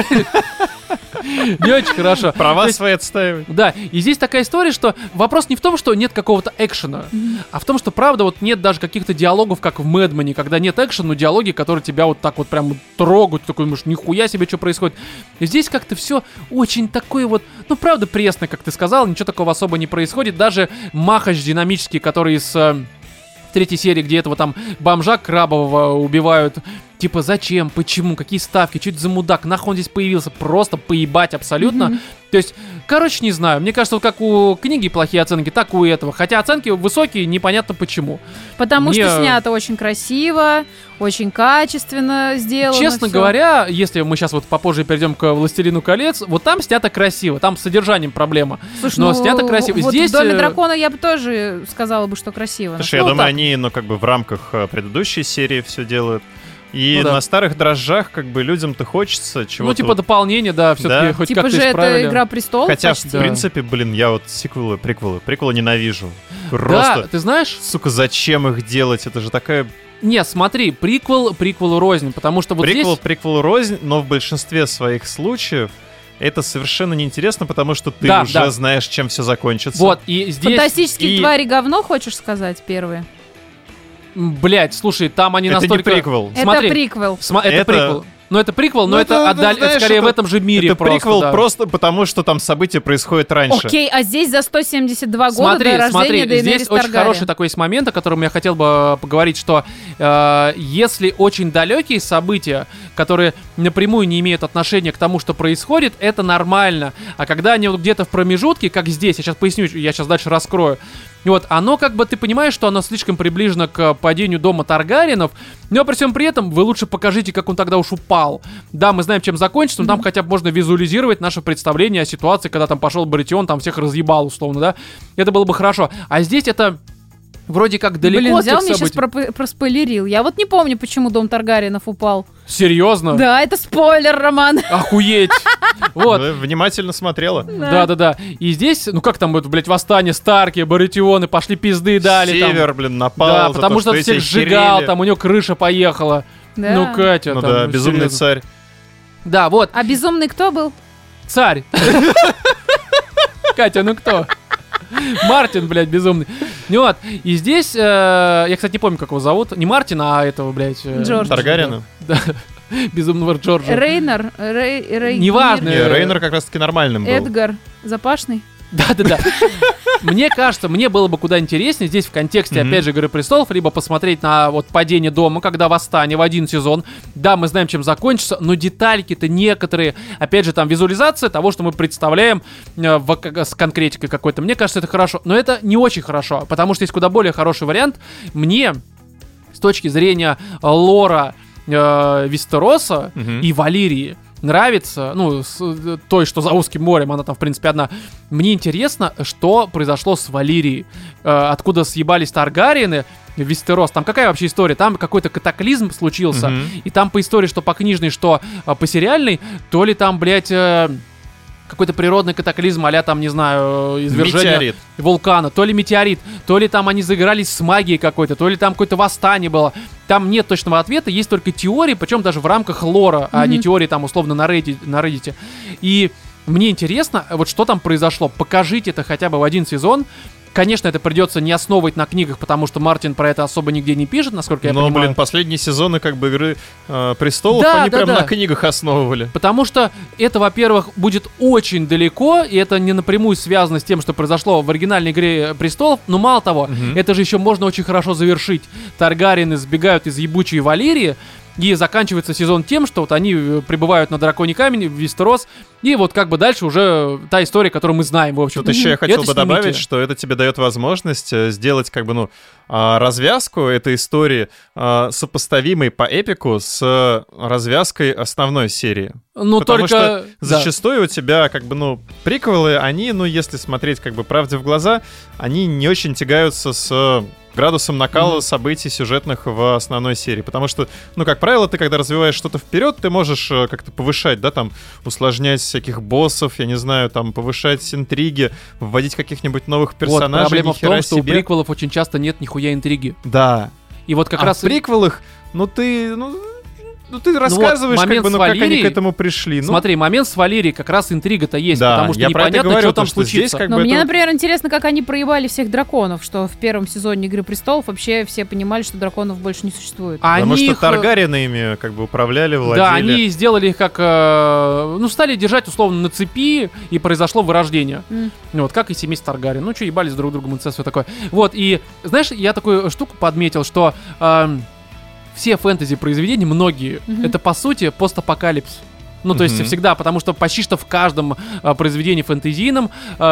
Не очень хорошо. То Права есть, свои отстаивать. да, и здесь такая история, что вопрос не в том, что нет какого-то экшена, а в том, что, правда, вот нет даже каких-то диалогов, как в Мэдмане, когда нет экшена, но диалоги, которые тебя вот так вот прям вот трогают, такой, думаешь, нихуя себе, что происходит. И здесь как-то все очень такое вот, ну, правда, пресно, как ты сказал, ничего такого особо не происходит. Даже махач динамический, который с э, третьей серии, где этого там бомжа крабового убивают. Типа, зачем, почему, какие ставки, что это за мудак, нахуй он здесь появился, просто поебать абсолютно. Мгм. То есть, короче, не знаю, мне кажется, вот как у книги плохие оценки, так и у этого. Хотя оценки высокие, непонятно почему. Потому Мне- что снято очень красиво, очень качественно сделано. Честно всё. говоря, если мы сейчас вот попозже перейдем к «Властелину колец», вот там снято красиво, там с содержанием проблема. Слушай, но ну, снято красиво. Вот Здесь, в «Доме э, дракона» я бы тоже сказала бы, что красиво. Слушай, я Ну, думаю, так. они, ну, как бы в рамках э, предыдущей серии все делают. И Ну да. на старых дрожжах, как бы, людям-то хочется чего-то. Ну, типа вот- дополнение, да, все-таки Да. хоть Типа как-то же исправили. это «Игра престолов» Хотя, почти. в Да. принципе, блин, я вот сиквелы, приквелы, приквелы ненавижу. Да, Просто, ты знаешь, сука, зачем их делать? Это же такая... не, смотри, приквел, приквелу рознь, потому что вот приквел, здесь... приквелу рознь, но в большинстве своих случаев это совершенно неинтересно, потому что ты Да, уже да. знаешь, знаешь, чем все закончится. Вот, и здесь... «Фантастические и- твари» говно, хочешь сказать, первые? Блять, слушай, там они Это настолько... не приквел. Смотри, Это приквел. Сма- это, Это- приквел. Ну, это приквел, но Ну, это, это, отдаль- знаешь, это скорее это- в этом же мире Это просто, приквел да. просто потому, что там события происходят раньше. Окей, а здесь за сто семьдесят два года Смотри, до рождения смотри, Дейенерис здесь очень Таргариен. хороший такой есть момент, о котором я хотел бы поговорить, что э, если очень далекие события, которые напрямую не имеют отношения к тому, что происходит, это нормально. А когда они вот где-то в промежутке, как здесь, я сейчас поясню, я сейчас дальше раскрою, вот, оно как бы, ты понимаешь, что оно слишком приближено к падению дома Таргариенов, но при всем при этом вы лучше покажите, как он тогда уж упал. Да, мы знаем, чем закончится, но там хотя бы можно визуализировать наше представление о ситуации, когда там пошел Баритион, там всех разъебал, условно, да. Это было бы хорошо. А здесь это вроде как далеко Блин, от взял тех мне сейчас событий. проспойлерил. Я вот не помню, почему дом Таргариенов упал. Серьезно? Да, это спойлер, Роман. Охуеть. Вот. Вы внимательно смотрела. Да-да-да. И здесь, ну как там, вот, блядь, восстание Старки, Баритионы, пошли пизды дали. там. Север, блин, напал. Да, за потому то, что он эти всех сжигал, охерели. там у него крыша поехала. Да. Ну, Катя, Ну там, да, ну, безумный серьезно. царь. Да, вот, А безумный кто был? царь. Катя, ну кто? Мартин, блядь, безумный. Ну вот, и здесь, э, я, кстати, не помню, как его зовут. Не Мартин, а этого, блядь... э, Джордж. Таргариена? Да, безумного Джорджа. Рейнер, Рей, Рейгир, Неважно. Не, Э, Рейнер как раз-таки нормальным был. Эдгар, Запашный. Да-да-да. Мне кажется, мне было бы куда интереснее здесь в контексте, Мгм. опять же, «Игры престолов», либо посмотреть на вот падение дома, когда восстание в один сезон. Да, мы знаем, чем закончится, но детальки-то некоторые, опять же, там визуализация того, что мы представляем э, в- к- с конкретикой какой-то. Мне кажется, это хорошо, но это не очень хорошо, потому что есть куда более хороший вариант. Мне, с точки зрения э, лора э, Вестероса Мгм. и Валирии, нравится, ну, с, э, той, что за узким морем, она там, в принципе, одна. Мне интересно, что произошло с Валирией. Э, откуда съебались Таргариены в Вестерос. Там какая вообще история? Там какой-то катаклизм случился. Мгм. И там по истории, что по книжной, что э, по сериальной, то ли там, блядь, э, какой-то природный катаклизм, а-ля там, не знаю, э, извержение Метеорит. вулкана, то ли метеорит, то ли там они заигрались с магией какой-то, то ли там какое-то восстание было. Там нет точного ответа, есть только теории, причем даже в рамках лора, а не Мгм. теории там условно на Reddit. На Reddit. И мне интересно, вот что там произошло. Покажите это хотя бы в один сезон. Конечно, это придется не основывать на книгах, потому что Мартин про это особо нигде не пишет, насколько я Но, понимаю. блин, последние сезоны как бы «Игры э, престолов», Да, они да, прям да. на книгах основывали. Потому что это, во-первых, будет очень далеко, и это не напрямую связано с тем, что произошло в оригинальной «Игре престолов», но мало того, Мгм. это же еще можно очень хорошо завершить. Таргариены сбегают из ебучей Валирии, И заканчивается сезон тем, что вот они прибывают на Драконий камень, в Вестерос, и вот как бы дальше уже та история, которую мы знаем, в общем. Тут еще я хотел Это бы снимите. добавить, что это тебе дает возможность э, сделать как бы, ну, а, развязку этой истории а, сопоставимой по эпику с э, развязкой основной серии. Ну, Потому только... что да. зачастую у тебя, как бы, ну, приквелы, они, ну, если смотреть, как бы, правде в глаза, они не очень тягаются с градусом накала Мгм. событий сюжетных в основной серии. Потому что, ну, как правило, ты, когда развиваешь что-то вперед, ты можешь э, как-то повышать, да, там, усложнять всяких боссов, я не знаю, там, повышать интриги, вводить каких-нибудь новых Вот, персонажей, проблема ни в том, хера что у себе. приквелов очень часто нет нихуя интриги. Да. И вот как а раз... в приквелах, ну, ты, ну, ну, ты рассказываешь, как момент бы, ну, с как они Валерией- к этому пришли. Ну, Смотри, момент с Валерией, как раз интрига-то есть, да, потому что я про это непонятно, говорю, что там то, что здесь случится. как Но бы мне, это- например, интересно, как они проебали всех драконов, что в первом сезоне «Игры престолов» вообще все понимали, что драконов больше не существует. А Потому они что их, э, Таргариены ими как бы управляли, владели. Да, они сделали их как... э, ну, стали держать, условно, на цепи, и произошло вырождение. М. Ну, вот как и семейство Таргариен. Ну, что, ебались друг другом, и все такое. Вот, и, знаешь, я такую штуку подметил, что эм, все фэнтези-произведения, многие, Мгм. это, по сути, постапокалипс. Ну, то есть Мгм. всегда, потому что почти что в каждом э, произведении фэнтезийном э,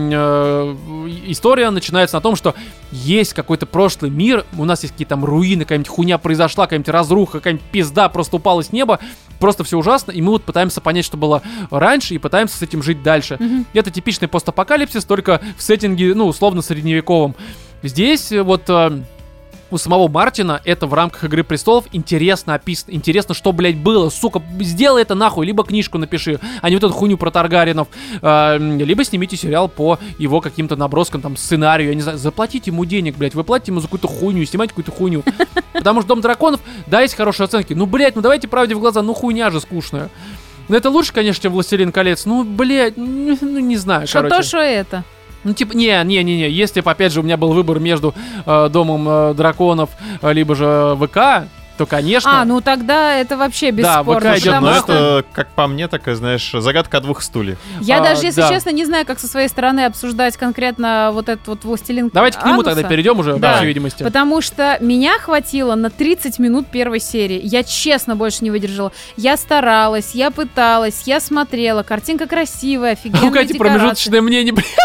э, история начинается на том, что есть какой-то прошлый мир, у нас есть какие-то там руины, какая-нибудь хуйня произошла, какая-нибудь разруха, какая-нибудь пизда просто упала с неба, просто все ужасно, и мы вот пытаемся понять, что было раньше, и пытаемся с этим жить дальше. Мгм. Это типичный постапокалипсис, только в сеттинге, ну, условно, средневековом. Здесь э, вот... э, у самого Мартина это в рамках «Игры престолов» интересно описано. Интересно, что, блядь, было. Сука, сделай это нахуй. Либо книжку напиши, а не вот эту хуйню про Таргариенов. Э, либо снимите сериал по его каким-то наброскам, там, сценарию. Я не знаю, заплатите ему денег, блядь. Вы платите ему за какую-то хуйню, снимайте какую-то хуйню. Потому что «Дом драконов», да, есть хорошие оценки. Ну, блядь, ну давайте правде в глаза. Ну, хуйня же скучная. Ну, это лучше, конечно, чем «Властелин колец». Ну, блядь, ну, ну, не знаю, Что короче. то, что это. Ну, типа, не-не-не-не, если бы, опять же, у меня был выбор между э, Домом э, драконов, э, либо же ВК, то, конечно... А, ну тогда это вообще Да, бесспорно. ВК идет, потому Но но что это, как по мне, такая, знаешь, загадка о двух стульях. я А, даже, если да. честно, не знаю, как со своей стороны обсуждать конкретно вот этот вот «Властелин Давайте к нему Ануса». тогда перейдем уже, Да. по всей видимости. Потому что меня хватило на тридцать минут первой серии. Я честно больше не выдержала. Я старалась, я пыталась, я смотрела. Картинка красивая, офигенная У Кати декорации. промежуточное мнение, блядь.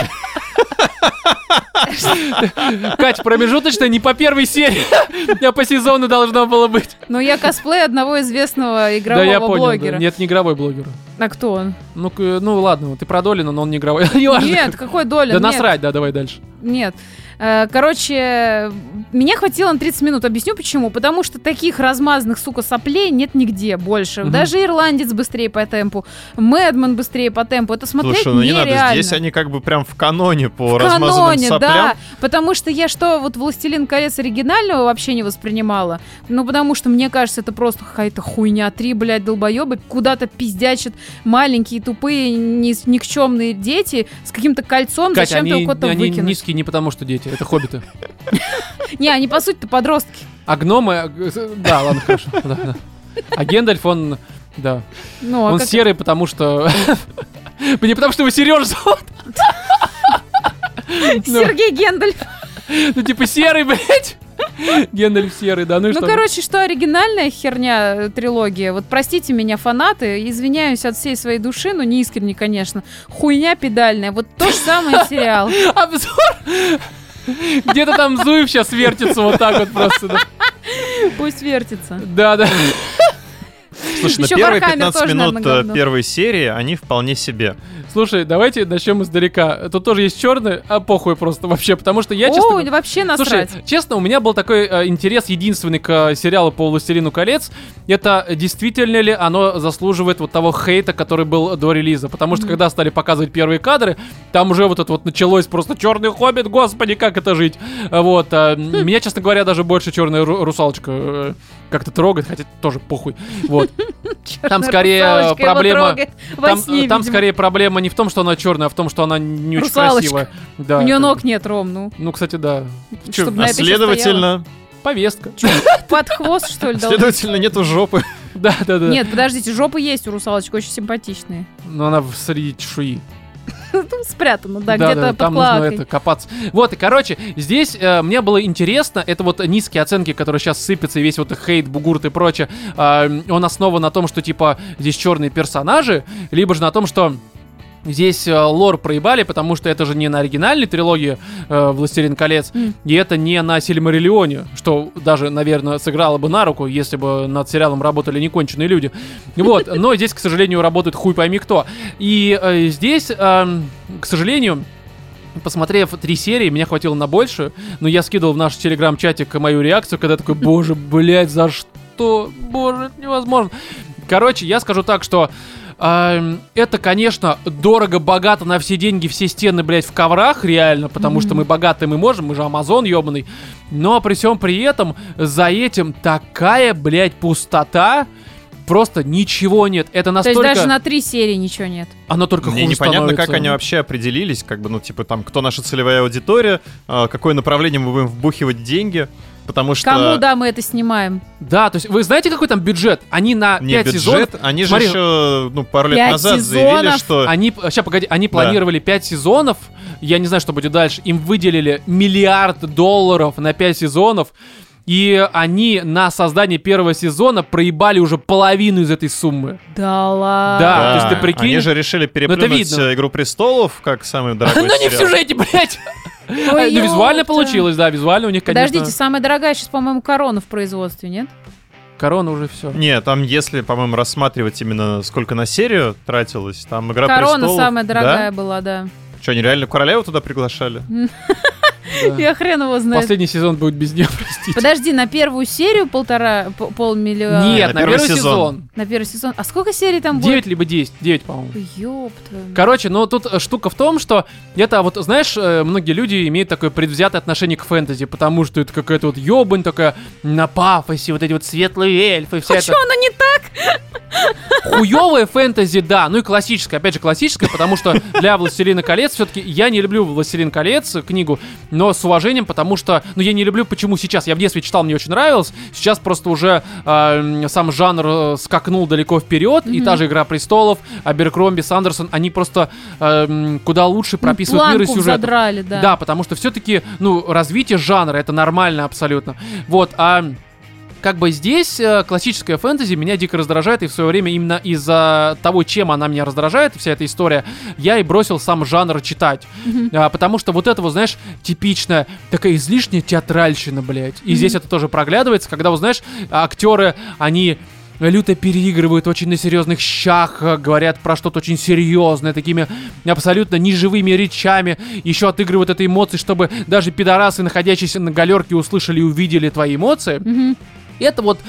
Кать, промежуточное не по первой серии, а по сезону должно было быть. Но я косплей одного известного Да, игрового я понял. блогера. да. Нет, не игровой блогер. А кто он? Ну, к- ну ладно, ты про Долина, но он не игровой. Не важно. Нет, какой Долин? Да Нет, насрать, да, давай дальше. Нет. Э, Короче, меня хватило на тридцать минут. Объясню почему. Потому что таких размазанных, сука, соплей нет нигде больше. Мгм. Даже ирландец быстрее по темпу, Мэдман быстрее по темпу. Это смотреть Слушай, ну не нереально. надо, здесь они как бы прям в каноне по В размазанным каноне, соплям. да. Потому что я что, вот «Властелин колец» оригинального вообще не воспринимала. Ну, потому что мне кажется, это просто какая-то хуйня. Три, блядь, долбоебы куда-то пиздячат маленькие, тупые, ни- никчемные дети с каким-то кольцом. Катя, Зачем-то они, его куда-то они выкинуть. низкие не потому, что дети, это хоббиты. Не, они, по сути-то, подростки. А гномы... э, Да, ладно, хорошо. да, да. А Гендальф, он... Да. Ну, а Он как- серый, потому что... Не потому, что его Сереж зовут. Ну, Сергей Гендальф. ну, типа серый, блядь. Гендальф серый, да, ну и Ну, что? короче, что оригинальная херня э, трилогия. Вот простите меня, фанаты, извиняюсь от всей своей души, но не искренне, конечно. Хуйня педальная. Вот то же самое сериал. Обзор! Где-то там Зуев сейчас вертится вот так вот просто. да. Пусть вертится. Да, да. Слушай, на Ещё первые Вархаммер пятнадцать тоже, минут наверное, э, говно. первой серии, они вполне себе. Слушай, давайте начнем издалека. Тут тоже есть черный, а похуй просто вообще, потому что я, честно О, говоря- вообще Слушай, насрать. честно, у меня был такой э, интерес единственный к э, сериалу по «Властелину колец». Это действительно ли оно заслуживает вот того хейта, который был до релиза. Потому что, Мгм. когда стали показывать первые кадры, там уже вот это вот началось просто «Черный хоббит», господи, как это жить. А Вот. а, Хм. Меня, честно говоря, даже больше «Черная ру- русалочка» э, как-то трогает, хотя тоже похуй. Вот. Там скорее Русалочка его проблема... трогает во Там, сне, там видимо. скорее проблема не в том, что она черная, а в том, что она не очень Русалочка. красивая. Да, У нее это- ног нет, Ром, ну. Ну, кстати, да. Чё, Чтоб на А это ещё следовательно, повестка. Под хвост, что ли, дал? следовательно, нету жопы. Да, да, да. Нет, подождите, жопы есть у русалочек, очень симпатичные. Но она в- среди чешуи. Спрятано, да, Да, где-то да, под там нужно клакой. это копаться. Вот, и, короче, здесь э, мне было интересно, это вот низкие оценки, которые сейчас сыпятся, и весь вот хейт, бугурт и прочее, э, он основан на том, что, типа, здесь черные персонажи, либо же на том, что здесь э, лор проебали, потому что это же не на оригинальной трилогии э, «Властелин колец», Mm. и это не на Сильмариллионе, что даже, наверное, сыграло бы на руку, если бы над сериалом работали неконченые люди. Вот, но здесь, к сожалению, работает хуй пойми кто. И э, здесь, э, к сожалению... Посмотрев три серии, меня хватило на больше, но я скидывал в наш телеграм-чатик мою реакцию, когда такой, боже, блядь, за что? Боже, это невозможно. Короче, я скажу так, что э, это, конечно, дорого-богато на все деньги, все стены, блядь, в коврах, реально, потому mm-hmm. что мы богатые, мы можем, мы же Амазон ебаный. Но при всем при этом за этим такая, блядь, пустота. Просто ничего нет. Это настолько... То есть даже на три серии ничего нет. Оно только Мне хуже непонятно, становится. как они вообще определились, как бы, ну, типа, там, кто наша целевая аудитория, э, какое направление мы будем вбухивать деньги, потому что... Кому, да, мы это снимаем? Да, то есть вы знаете, какой там бюджет? Они на Не пять бюджет, сезонов... они Смотри, же еще, ну, пару лет пять назад сезонов. заявили, что... Они, сейчас, погоди, они Да. планировали пять сезонов, я не знаю, что будет дальше, им выделили миллиард долларов на пять сезонов, и они на создание первого сезона проебали уже половину из этой суммы. Да ладно. Да, то есть ты прикинь... Они же решили переплюнуть видно. «Игру престолов» как самый дорогой Но не в сериал. сюжете, блядь! Ой, Ну, визуально ёпта. получилось, да, визуально у них, конечно... Подождите, самая дорогая сейчас, по-моему, корона в производстве, нет? Корона уже все. Не, там если, по-моему, рассматривать именно сколько на серию тратилось, там «Игра Корона престолов». самая дорогая Да? была, да. Что, они реально королеву туда приглашали? Я хрен его знает. Последний сезон будет без нее, простите. Подожди, на первую серию полтора, п- полмиллиона? Нет, на на первый первый сезон. сезон. На первый сезон. А сколько серий там девять будет? либо десять, девять, по-моему. Ёпта. Короче, ну тут э, штука в том, что это вот, знаешь, э, многие люди имеют такое предвзятое отношение к фэнтези, потому что это какая-то вот ёбань такая на пафосе, вот эти вот светлые эльфы, вся А эта что, оно не так? хуёвая фэнтези, да, ну и классическая, опять же классическая, потому что для «Властелина колец» все-таки я не люблю «Властелин колец» книгу, но с уважением, потому что, ну я не люблю, почему сейчас, я в детстве читал, мне очень нравилось, сейчас просто уже э, сам жанр э, скакнул далеко вперед, и та же «Игра престолов», Аберкромби, Сандерсон, они просто э, куда лучше прописывают Ну, мир и планку сюжет. задрали, да. Да, потому что все-таки, ну, развитие жанра это нормально абсолютно. Вот, а как бы здесь э, классическая фэнтези меня дико раздражает, и в свое время именно из-за того, чем она меня раздражает, вся эта история, я и бросил сам жанр читать. Мгм. А, потому что вот это вот, знаешь, типичная такая излишняя театральщина, блядь. И Мгм. здесь это тоже проглядывается, когда, вот знаешь, актеры, они люто переигрывают очень на серьезных щах, э, говорят про что-то очень серьезное, такими абсолютно неживыми речами, еще отыгрывают этой эмоции, чтобы даже пидорасы, находящиеся на галерке, услышали и увидели твои эмоции. Мгм. Это вот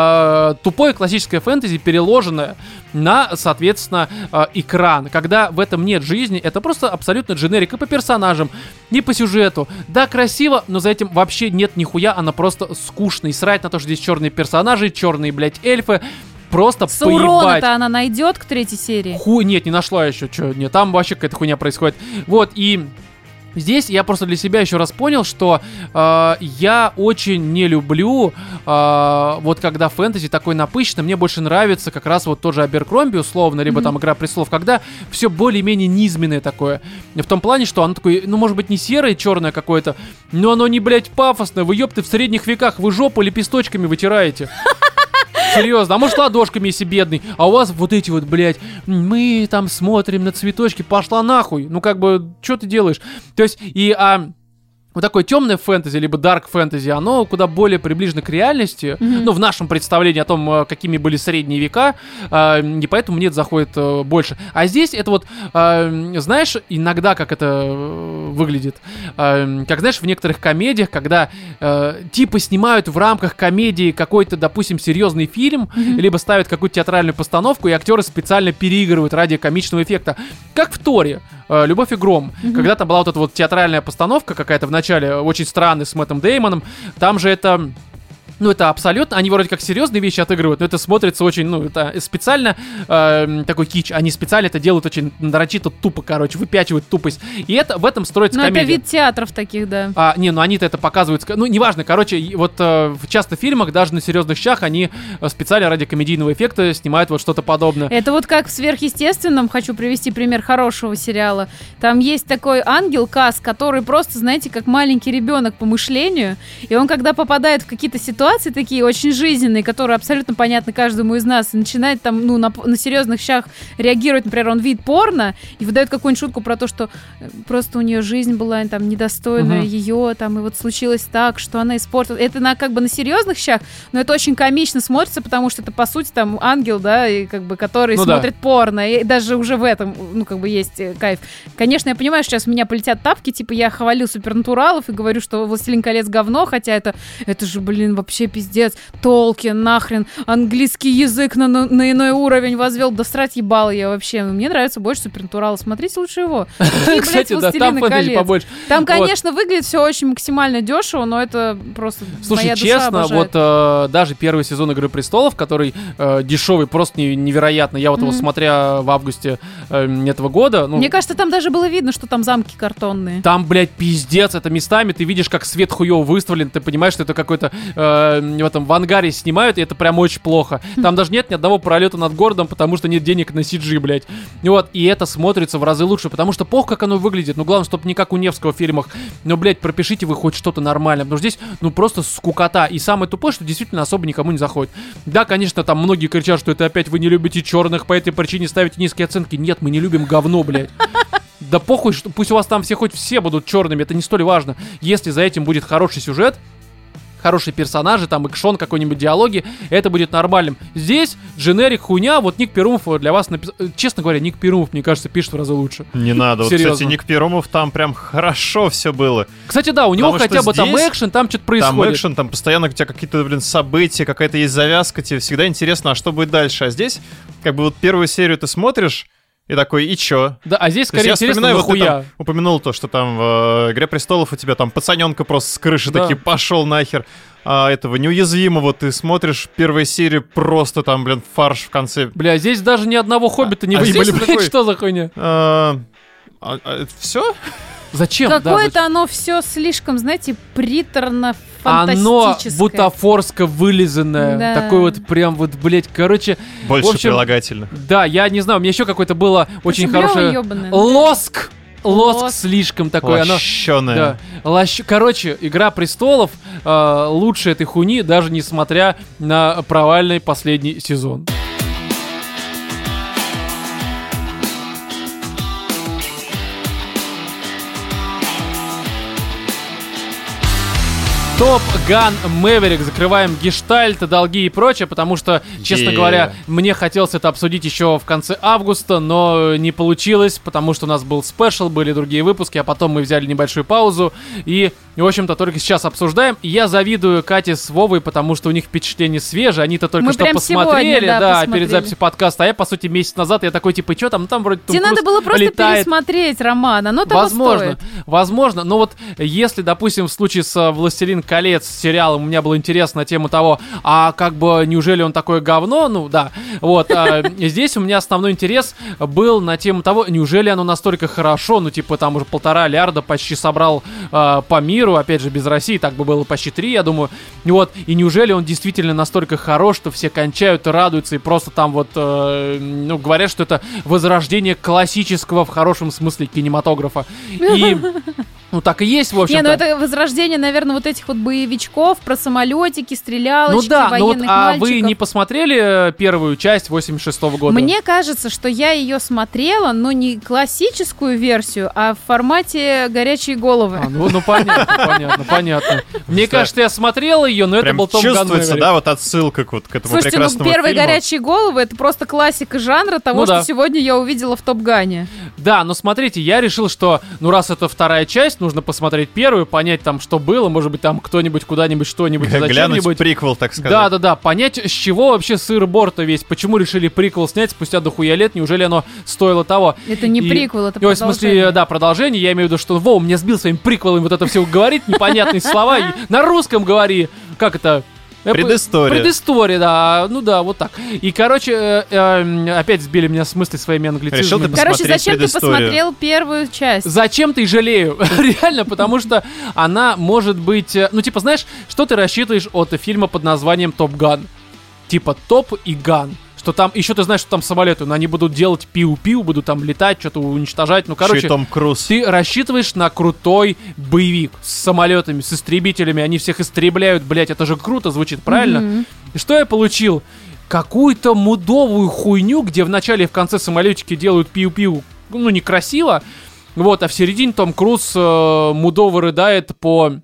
э, тупое классическое фэнтези, переложенное на, соответственно, э, экран. Когда в этом нет жизни, это просто абсолютно дженерик и по персонажам, и по сюжету. Да, красиво, но за этим вообще нет нихуя, она просто скучная. И срать на то, что здесь черные персонажи, черные, блядь, эльфы. Просто поебать. Саурона-то она найдет к третьей серии? Хуй, нет, не нашла еще, что, нет, там вообще какая-то хуйня происходит. Вот, и здесь я просто для себя еще раз понял, что э, я очень не люблю, э, вот когда фэнтези такой напыщенный, мне больше нравится как раз вот тот же Аберкромби условно, либо Мгм. там Игра престолов, когда все более-менее низменное такое. В том плане, что оно такое, ну может быть не серое, черное какое-то, но оно не, блядь, пафосное. Вы, ёпты, в средних веках вы жопу лепесточками вытираете. Серьезно, а может ладошками, если бедный, а у вас вот эти вот, блядь, мы там смотрим на цветочки, пошла нахуй, ну как бы, что ты делаешь? То есть, и, а, вот такое темное фэнтези, либо дарк фэнтези, оно куда более приближено к реальности, Мгм. ну, в нашем представлении о том, э, какими были средние века, э, и поэтому мне это заходит э, больше. А здесь это вот, э, знаешь, иногда как это э, выглядит, э, как, знаешь, в некоторых комедиях, когда э, типа снимают в рамках комедии какой-то, допустим, серьезный фильм, Мгм. либо ставят какую-то театральную постановку, и актеры специально переигрывают ради комичного эффекта. Как в Торе, э, «Любовь и гром», Мгм. когда там была вот эта вот театральная постановка какая-то в начале, очень странная, с Мэттом Деймоном, там же это... Ну, это абсолютно, они вроде как серьезные вещи отыгрывают, но это смотрится очень, ну, это специально э, такой кич, они специально это делают очень нарочито тупо, короче, выпячивают тупость. И это, в этом строится Ну, комедия. это вид театров таких, да. А, не, ну они-то это показывают, ну, неважно, короче, вот э, часто в фильмах, даже на серьезных щах, они специально ради комедийного эффекта снимают вот что-то подобное. Это вот как в «Сверхъестественном», хочу привести пример хорошего сериала. Там есть такой ангел Кас, который просто, знаете, как маленький ребенок по мышлению, и он, когда попадает в какие-то ситуации такие очень жизненные, которые абсолютно понятны каждому из нас, и начинает там, ну, на, на серьезных щах реагировать, например, он видит порно и выдает какую-нибудь шутку про то, что просто у нее жизнь была там недостойная Мгм. ее, там, и вот случилось так, что она испортила. Это на как бы на серьезных щах, но это очень комично смотрится, потому что это, по сути, там, ангел, да, и как бы, который Ну да. смотрит порно, и даже уже в этом, ну, как бы, есть э, кайф. Конечно, я понимаю, что сейчас у меня полетят тапки, типа, я хвалю супернатуралов и говорю, что «Властелин колец» говно, хотя это, это же, блин, вообще пиздец. Толкин, нахрен, английский язык на, на, на иной уровень возвел, да срать ебало я вообще. Мне нравится больше супернатурала, смотрите лучше его. Какие, блядь, Кстати, да, там «Властелины фэнтези колец». побольше. Там, Вот. конечно, выглядит все очень максимально дешево, но это просто Слушай, моя душа честно, обожает. вот э, даже первый сезон «Игры престолов», который э, дешевый, просто не- невероятно. Я вот его Мгм. смотря в августе э, этого года, ну, Мне кажется, там даже было видно, что там замки картонные. там, блядь, пиздец, это местами, ты видишь, как свет хуёво выставлен, ты понимаешь, что это какой-то э, в этом в ангаре снимают, и это прям очень плохо. Там даже нет ни одного пролета над городом, потому что нет денег на си джи, блядь. И вот, и это смотрится в разы лучше, потому что пох, как оно выглядит. Ну, главное, чтобы не как у Невского в фильмах. Но, блядь, пропишите вы хоть что-то нормальное, потому что здесь, ну, просто скукота. И самое тупое, что действительно особо никому не заходит. Да, конечно, там многие кричат, что это опять вы не любите черных, по этой причине ставите низкие оценки. Нет, мы не любим говно, блядь. Да похуй, что, пусть у вас там все хоть все будут черными, это не столь важно. Если за этим будет хороший сюжет, хорошие персонажи, там экшон, какой-нибудь диалоги, это будет нормальным. Здесь дженерик, хуйня, вот Ник Перумов для вас написал. Честно говоря, Ник Перумов, мне кажется, пишет в разы лучше. Не надо. Вот, Серьезно. кстати, Ник Перумов там прям хорошо все было. Кстати, да, у него Потому хотя что бы там здесь экшен, там что-то Там происходит. экшен, там постоянно у тебя какие-то, блин, события, какая-то есть завязка, тебе всегда интересно, а что будет дальше. А здесь, как бы вот первую серию ты смотришь, и такой, и чё? Да, а здесь То есть скорее я интересно, вспоминаю, вот ты нахуя. там упомянул то, что там в э, «Игре престолов» у тебя там пацаненка просто с крыши Да. таки пошел нахер. А этого неуязвимого ты смотришь первой серии, просто там, блин, фарш в конце. Бля, здесь даже ни одного хоббита не а выебали, здесь блядь, такой- что за хуйня? А, а, а, это все? Зачем? Да, Какое-то зачем? оно все слишком, знаете, Оно приторно-фантастическое. бутафорско вылизанное. Да. Такой вот прям вот, блядь, короче. Больше В общем, прилагательно. Да, я не знаю, у меня еще какое-то было очень Шублёво хорошее... ёбаное. Лоск! Лоск Лоск. слишком такой, оно... Лощёное. Да. Лощ- Короче, «Игра престолов» э, лучше этой хуйни, даже несмотря на провальный последний сезон. Топ Ган Мэверик. Закрываем гештальт, долги и прочее, потому что, честно Е. говоря, мне хотелось это обсудить еще в конце августа, но не получилось, потому что у нас был спешл, были другие выпуски, а потом мы взяли небольшую паузу и, в общем-то, только сейчас обсуждаем. И я завидую Кате с Вовой, потому что у них впечатление свежее, они-то только Мы что прям посмотрели, сегодня, да, да, посмотрели. перед записью подкаста, а я, по сути, месяц назад, я такой, типа, что там, ну там вроде Том Тебе Круз надо было просто летает. пересмотреть, Роман, оно того Возможно, стоит. возможно, но вот если, допустим, в случае с э, «Властелин колец» сериалом у меня было интересно на тему того, а как бы неужели он такое говно, ну да, вот, а, здесь у меня основной интерес был на тему того, неужели оно настолько хорошо, ну типа там уже полтора лярда почти собрал э, по миру, опять же без России, так бы было почти три, я думаю, вот, и неужели он действительно настолько хорош, что все кончают и радуются, и просто там вот, э, ну, говорят, что это возрождение классического в хорошем смысле кинематографа, и, ну, так и есть, в Не, общем-то. ну это возрождение, наверное, вот этих вот боевичков про самолетики, стрелялочки, Ну да, но вот, военных а мальчиков. вы не посмотрели э, первую часть восемьдесят шестого года? Мне кажется, что я ее смотрела, но не классическую версию, а в формате «Горячие головы». А, ну, ну понятно, понятно, понятно. Мне Да. кажется, я смотрел ее, но это Прям был Том Ган чувствуется, Мэверик. да, вот отсылка к вот к этому Слушайте, ну прекрасному первые фильму. «Горячие головы» — это просто классика жанра того, Ну что да. сегодня я увидела в «Топ Гане». Да, но смотрите, я решил, что, ну раз это вторая часть, нужно посмотреть первую, понять там, что было, может быть, там кто-нибудь куда-нибудь что-нибудь, Глянуть зачем-нибудь. приквел, так сказать. Да, да, да, понять, с чего вообще сыр-бор-то весь, почему решили приквел снять спустя дохуя лет, неужели оно стоило того? Это не И- приквел, это Ой, в смысле, продолжение. да, продолжение, я имею в виду, что Вова меня сбил своим приквелом вот это все говорит, непонятные слова, и на русском говори, как это, Предыстория. Предыстория, да. Ну да, вот так. И, короче, э, э, опять сбили меня с мысли своими англицизмами. Решил ты Короче, зачем ты предысторию. посмотрел первую часть? Зачем ты жалею? Реально, потому что она может быть... э, Ну, типа, знаешь, что ты рассчитываешь от фильма под названием «Топ Ган»? Типа «Топ» и «Ган». Что там, еще ты знаешь, что там самолеты, но они будут делать пиу-пиу, будут там летать, что-то уничтожать. Ну, короче, Еще и Том Круз. ты рассчитываешь на крутой боевик с самолетами, с истребителями, они всех истребляют, блять, это же круто звучит, правильно? Мгм. И что я получил? Какую-то мудовую хуйню, где в начале и в конце самолетики делают пиу-пиу, ну, некрасиво, вот, а в середине Том Круз э, мудово рыдает по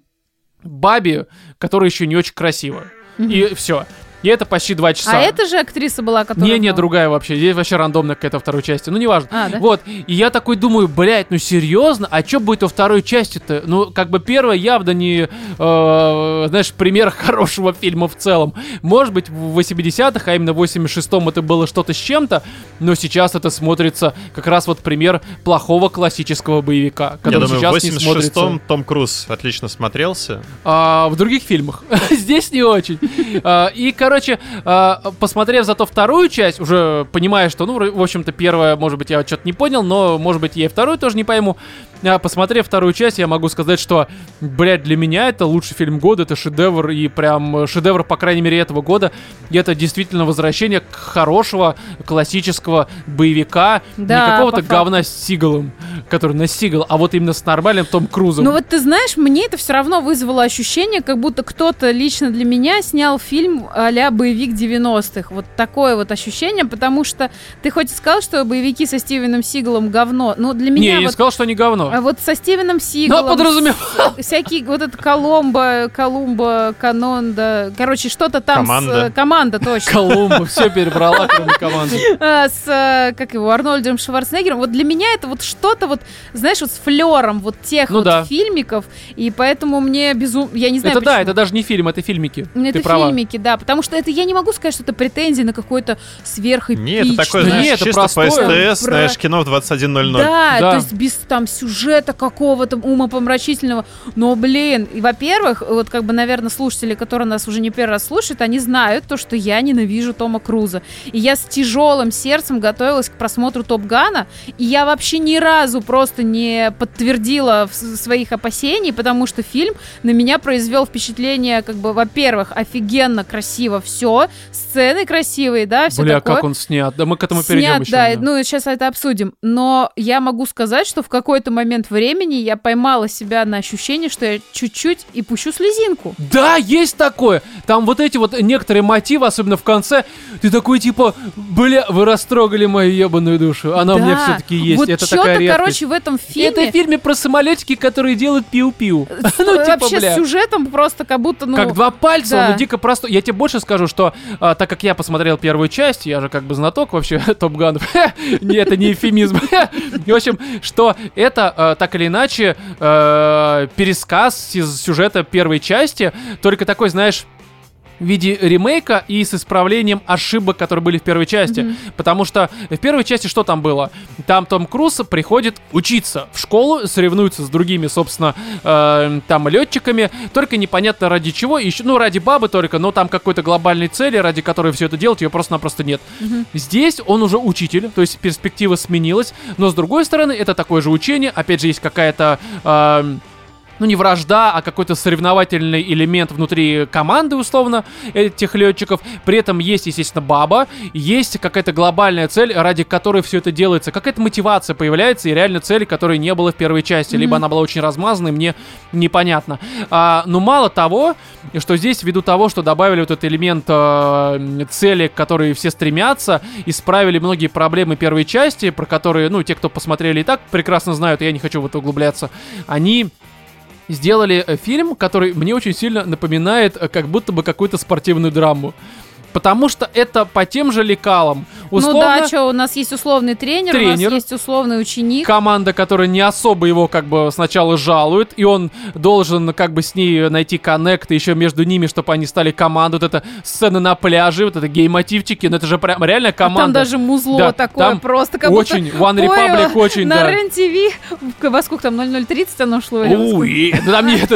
бабе, которая еще не очень красива. И все. И это почти два часа. А это же актриса была, которая... Не, не, была? другая вообще. Здесь вообще рандомная какая-то второй части. Ну, неважно. А, да? Вот. И я такой думаю, блядь, ну серьезно? А что будет во второй части-то? Ну, как бы первая явно не, э, знаешь, пример хорошего фильма в целом. Может быть, в восьмидесятых, а именно в восемьдесят шестом это было что-то с чем-то, но сейчас это смотрится как раз вот пример плохого классического боевика, который Я думаю, в сейчас не восемьдесят смотрится. шестом Том Круз отлично смотрелся. А, в других фильмах. Здесь не очень. А, и, короче, а, посмотрев зато вторую часть, уже понимая, что, ну, в общем-то, первая, может быть, я что-то не понял, но, может быть, я и вторую тоже не пойму. А, посмотрев вторую часть, я могу сказать, что, блядь, для меня это лучший фильм года, это шедевр, и прям шедевр, по крайней мере, этого года. И это действительно возвращение к хорошего классического боевика. Да, не какого-то по факту. говна с Сигалом, который на Сигал, а вот именно с нормальным Том Крузом. Ну вот ты знаешь, мне это все равно вызвало ощущение, как будто кто-то лично для меня снял фильм а-ля боевик девяностых. Вот такое вот ощущение, потому что ты хоть и сказал, что боевики со Стивеном Сигалом говно, но для не, меня я не вот... сказал, что они говно. А вот со Стивеном Ну, Сигалом, подразумевал. с- всякие вот это Коломбо, Колумбо, Канонда, короче, что-то там Команда. с... Команда, точно. Колумба все перебрала, кроме команды. А, с, э, как его, Арнольдом Шварценеггером. Вот для меня это вот что-то вот, знаешь, вот с флером вот тех Ну вот да. фильмиков, и поэтому мне безумно, я не знаю, Это да, почему. это даже не фильм, это фильмики. Ну, Ты это права. фильмики, да, потому что это я не могу сказать, что это претензии на какой-то сверхэпичный. Не, это такое, Да знаешь, не, это чисто по простое. СТС, Про- знаешь, кино в двадцать один ноль ноль. Да, Да. то есть без там сюжета какого-то умопомрачительного. Но, блин, и, во-первых, вот как бы, наверное, слушатели, которые нас уже не первый раз слушают, они знают то, что я ненавижу Тома Круза. И я с тяжелым сердцем готовилась к просмотру Топ Гана, и я вообще ни разу просто не подтвердила в- своих опасений, потому что фильм на меня произвел впечатление, как бы, во-первых, офигенно красиво все, сцены красивые, да, все Бля, такое. как он снят. Да мы к этому перейдем Снят, еще. да, ну сейчас это обсудим. Но я могу сказать, что в какой-то момент времени я поймала себя на ощущение, что я чуть-чуть и пущу слезинку. Да, есть такое. Там вот эти вот некоторые мотивы, особенно в конце, ты такой типа, бля, вы растрогали мою ебаную душу. Она у меня Да. все-таки есть. Вот это что-то, такая редкость. короче, в этом фильме... Это в фильме про самолетики, которые делают пиу-пиу. с- Ну, типа, вообще бля. с сюжетом просто как будто, ну... Как два пальца, да. он дико просто. Я тебе больше скажу, что а, так как я посмотрел первую часть, я же как бы знаток вообще Топ Ганов. Не, это не эвфемизм. В общем, что это а, так или иначе а, пересказ из сюжета первой части, только такой, знаешь, в виде ремейка и с исправлением ошибок, которые были в первой части. Мгм. Потому что в первой части что там было? Там Том Круз приходит учиться в школу, соревнуется с другими, собственно, э, там летчиками, только непонятно ради чего, еще, ну, ради бабы только, но там какой-то глобальной цели, ради которой все это делать, ее просто-напросто нет. Мгм. Здесь он уже учитель, то есть перспектива сменилась, но с другой стороны, это такое же учение, опять же, есть какая-то... э, ну, не вражда, а какой-то соревновательный элемент внутри команды, условно, этих летчиков. При этом есть, естественно, баба, есть какая-то глобальная цель, ради которой все это делается. Какая-то мотивация появляется, и реально цель, которой не было в первой части. Либо она была очень размазана, и мне непонятно. А, но мало того, что здесь, ввиду того, что добавили вот этот элемент э, цели, к которой все стремятся, исправили многие проблемы первой части, про которые, ну, те, кто посмотрели и так прекрасно знают, и я не хочу в это углубляться, они... сделали э, фильм, который мне очень сильно напоминает э, как будто бы какую-то спортивную драму. Потому что это по тем же лекалам. условно... Ну да, что, у нас есть условный тренер, Тренер. у нас есть условный ученик. Команда, которая не особо его как бы сначала жалует, и он должен как бы с ней найти коннект, и еще между ними, чтобы они стали командой. Вот это сцены на пляже, вот это гей-мотивчики, ну это же прям реально команда. Там даже музло Да, такое там просто, как очень, будто... One Republic Ой, очень, на да. РЕН-ТВ, во сколько там, ноль ноль тридцать оно шло? или во сколько? Уй, ну там нет.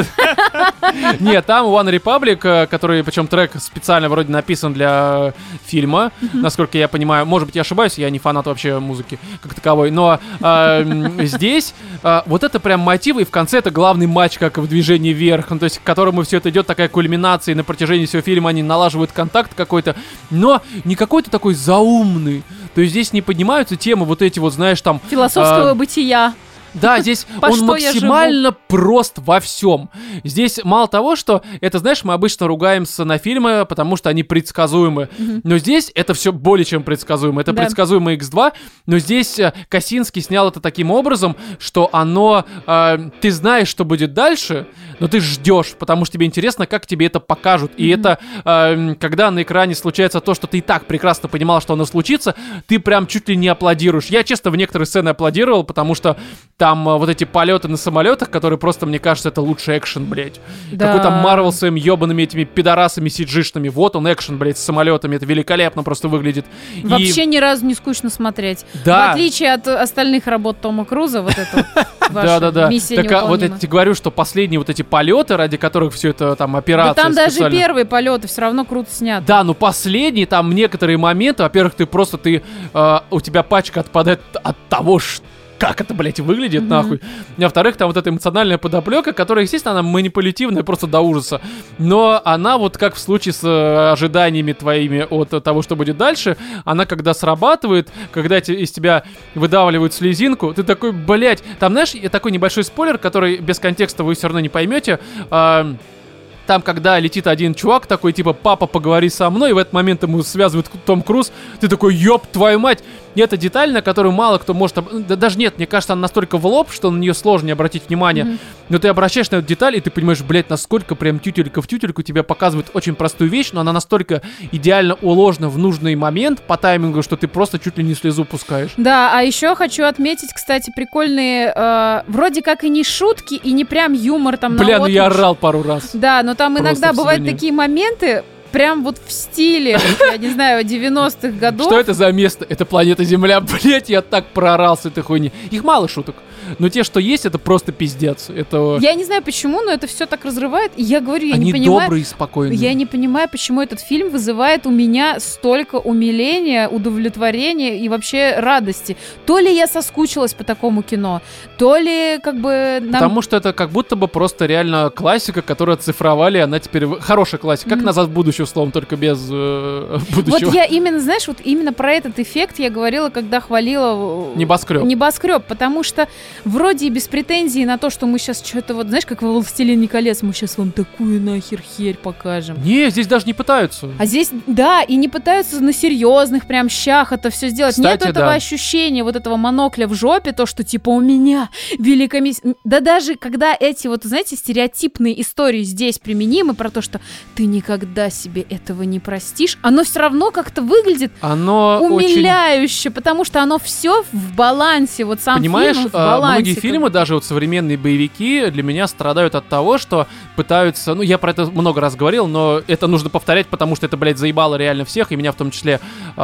Нет, там One Republic, э, который, причем трек специально вроде написан для фильма, насколько я понимаю. Может быть, я ошибаюсь, я не фанат вообще музыки как таковой, но э, м, здесь э, вот это прям мотивы, и в конце это главный матч, как в «Движении вверх», ну, то есть к которому все это идет, такая кульминация, и на протяжении всего фильма они налаживают контакт какой-то, но не какой-то такой заумный. То есть здесь не поднимаются темы вот эти вот, знаешь, там... Философского э, бытия. Да, здесь По он что я максимально прост во всем. Здесь мало того, что это, знаешь, мы обычно ругаемся на фильмы, потому что они предсказуемы. Но здесь это все более чем предсказуемо. Это Да. предсказуемый икс два, но здесь э, Косинский снял это таким образом, что оно... э, ты знаешь, что будет дальше, но ты ждешь, потому что тебе интересно, как тебе это покажут. И это, э, когда на экране случается то, что ты и так прекрасно понимал, что оно случится, ты прям чуть ли не аплодируешь. Я, честно, в некоторые сцены аплодировал, потому что там э, вот эти полеты на самолетах, которые просто, мне кажется, это лучший экшен, блядь. Да. Какой там Марвел своими ебаными этими пидорасами сиджишными. Вот он экшен, блядь, с самолетами. Это великолепно просто выглядит. И- Вообще ни разу не скучно смотреть. Да. В отличие от остальных работ Тома Круза, вот это вот ваша Да-да-да. миссия Так а, вот я невыполнима. тебе говорю, что последние вот эти полеты, ради которых все это там Да операция там даже специально- первые полеты все равно круто сняты. Да, ну последние там некоторые моменты, во-первых, ты просто, ты, э, у тебя пачка отпадает от того, что как это, блядь, выглядит, Мгм. нахуй. А во-вторых, там вот эта эмоциональная подоплека, которая, естественно, она манипулятивная просто до ужаса. Но она вот как в случае с э, ожиданиями твоими от э, того, что будет дальше, она когда срабатывает, когда те- из тебя выдавливают слезинку, ты такой, блядь, там, знаешь, и такой небольшой спойлер, который без контекста вы все равно не поймете. э, Там, когда летит один чувак такой, типа, папа, поговори со мной, и в этот момент ему связывает Том Круз, ты такой, ёб твою мать. И это деталь, на которую мало кто может... об- Да, даже нет, мне кажется, она настолько в лоб, что на нее сложно не обратить внимание. Мгм. Но ты обращаешь на эту деталь, и ты понимаешь, блядь, насколько прям тютелька в тютельку тебе показывает очень простую вещь, но она настолько идеально уложена в нужный момент по таймингу, что ты просто чуть ли не слезу пускаешь. Да, а еще хочу отметить, кстати, прикольные, э, вроде как и не шутки, и не прям юмор там на Бля, ну я отмышь. орал пару раз. Да, но там Просто иногда в бывают слюне. такие моменты, прям вот в стиле, я не знаю, девяностых годов. Что это за место? Это планета Земля. Блять, я так проорал с этой хуйни. Их мало шуток. Но те, что есть, это просто пиздец. Это... Я не знаю почему, но это все так разрывает. И я говорю, я Они не понимаю. добрые и спокойные. Я не понимаю, почему этот фильм вызывает у меня столько умиления, удовлетворения и вообще радости. То ли я соскучилась по такому кино, то ли как бы нам... Потому что это как будто бы просто реально классика, которую оцифровали, она теперь... в- Хорошая классика. Как Мгм. «Назад в будущее», условно, только без э, будущего. Вот я именно, знаешь, вот именно про этот эффект я говорила, когда хвалила... э, Небоскреб. Небоскреб, потому что вроде и без претензий на то, что мы сейчас что-то вот, знаешь, как во «Властелине колец», мы сейчас вам такую нахер херь покажем. Не, здесь даже не пытаются. А здесь, да, и не пытаются на серьезных прям щах это все сделать. Нет Кстати, этого да. ощущения, вот этого монокля в жопе, то, что типа у меня великая миссия. Да даже когда эти вот, знаете, стереотипные истории здесь применимы про то, что ты никогда себе этого не простишь, оно все равно как-то выглядит Оно очень... умиляюще, потому что оно все в балансе, вот сам Понимаешь, фильм в а, балансе. многие как фильмы, бы. даже вот современные боевики, для меня страдают от того, что пытаются, ну, я про это много раз говорил, но это нужно повторять, потому что это, блядь, заебало реально всех, и меня в том числе,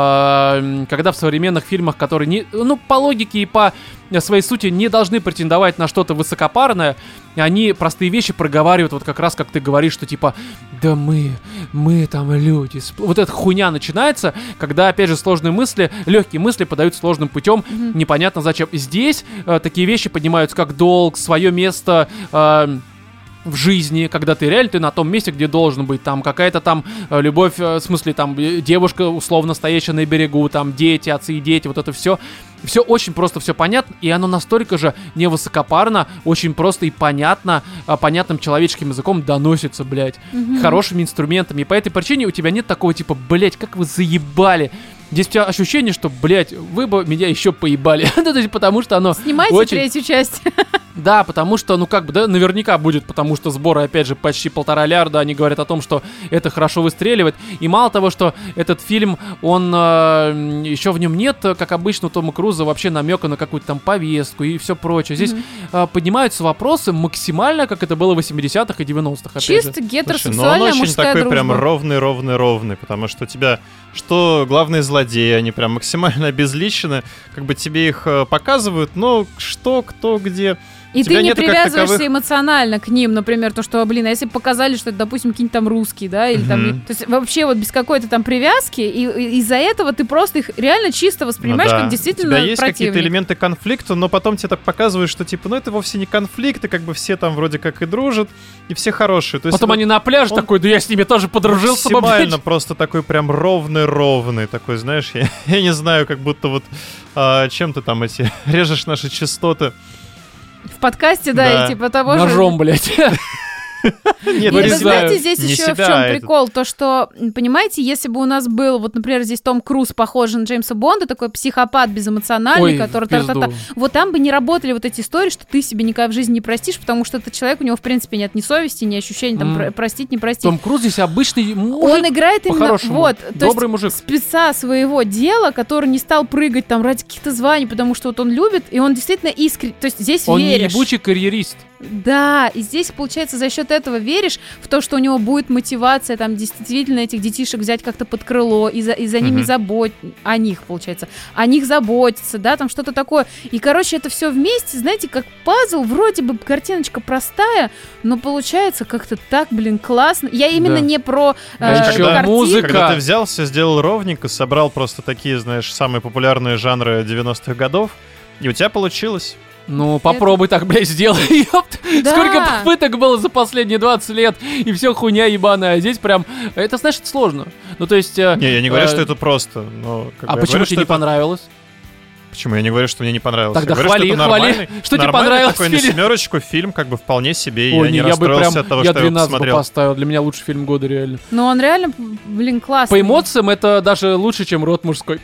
а, когда в современных фильмах, которые, не, ну, по логике и по своей сути не должны претендовать на что-то высокопарное, они простые вещи проговаривают, вот как раз как ты говоришь, что типа, да мы, мы там люди. сп-». Вот эта хуйня начинается, когда, опять же, сложные мысли, легкие мысли подают сложным путем, Мгм. непонятно зачем. Здесь э, такие вещи поднимаются, как долг, свое место э, в жизни, когда ты реально ты на том месте, где должен быть, там какая-то там э, любовь, э, в смысле там э, девушка условно стоящая на берегу, там дети, отцы и дети, вот это все. Все очень просто, все понятно, и оно настолько же невысокопарно, очень просто и понятно, а, понятным человеческим языком доносится, блядь, Мгм. хорошими инструментами. И по этой причине у тебя нет такого типа, блядь, как вы заебали. здесь у тебя ощущение, что, блядь, вы бы меня еще поебали. Ну, то есть, потому что оно Снимайте очень... третью часть. Да, потому что, ну как бы, да, наверняка будет, потому что сборы, опять же, почти полтора лярда, они говорят о том, что это хорошо выстреливает. И мало того, что этот фильм, он э, еще в нем нет, как обычно у Тома Круза, вообще намека на какую-то там повестку и все прочее. Здесь mm-hmm. э, поднимаются вопросы максимально, как это было в восьмидесятых и девяностых. Опять Чисто же. гетеросексуальная Слушай, ну он очень мужская такой дружба. прям ровный-ровный-ровный, потому что у тебя, что главные злодеи, они прям максимально обезличены, как бы тебе их э, показывают, но что, кто, где... И ты не привязываешься таковых... эмоционально к ним, например, то, что, блин, а если бы показали, что это, допустим, какие-нибудь там русские, да, или mm-hmm. там... То есть вообще вот без какой-то там привязки, и, и из-за этого ты просто их реально чисто воспринимаешь, ну, да. как действительно противник. У тебя есть какие-то элементы конфликта, но потом тебе так показывают, что, типа, ну это вовсе не конфликт, и как бы все там вроде как и дружат, и все хорошие. То есть потом это... они на пляж он... такой, да я с ними тоже подружился. Максимально просто такой прям ровный-ровный, такой, знаешь, я, я не знаю, как будто вот а, чем ты там эти режешь наши частоты. В подкасте, да, да. и типа того Ножом, же... Ножом, блядь. Нет, вы знаете, здесь еще в чем прикол, то что, понимаете, если бы у нас был, вот, например, здесь Том Круз, похожий на Джеймса Бонда, такой психопат безэмоциональный, который та-та-та, вот там бы не работали вот эти истории, что ты себе никогда в жизни не простишь, потому что этот человек, у него, в принципе, нет ни совести, ни ощущения, там, простить, не простить. Том Круз здесь обычный мужик, он играет именно, вот, добрый мужик, спеца своего дела, который не стал прыгать там ради каких-то званий, потому что вот он любит, и он действительно искренне, то есть здесь он веришь. Он не ебучий карьерист. Да, и здесь, получается, за счет этого веришь в то, что у него будет мотивация там действительно этих детишек взять как-то под крыло и за, и за mm-hmm. ними заботиться, о них, получается, о них заботиться, да, там что-то такое. И, короче, это все вместе, знаете, как пазл, вроде бы картиночка простая, но получается как-то так, блин, классно. Я именно да. не про э, когда, музыка. Когда ты взял, все сделал ровненько, собрал просто такие, знаешь, самые популярные жанры девяностых годов, и у тебя получилось. Ну, попробуй это... так, блядь, сделай, ёпт. Да. Сколько попыток было за последние двадцать лет, и все хуйня ебаная. А здесь прям, это, знаешь, это сложно. Ну, то есть... Не, я не говорю, э... что это просто, но... Как а бы, почему тебе не это... понравилось? Почему? Я не говорю, что мне не понравилось. Тогда я хвали, говорю, что хвали. Что тебе понравилось такой на семерочку фильм, как бы вполне себе. Ой, я не, не я расстроился бы прям, от того, я что я его двенадцать посмотрел. бы поставил. Для меня лучший фильм года, реально. Ну, он реально, блин, классный. По эмоциям это даже лучше, чем «Род мужской».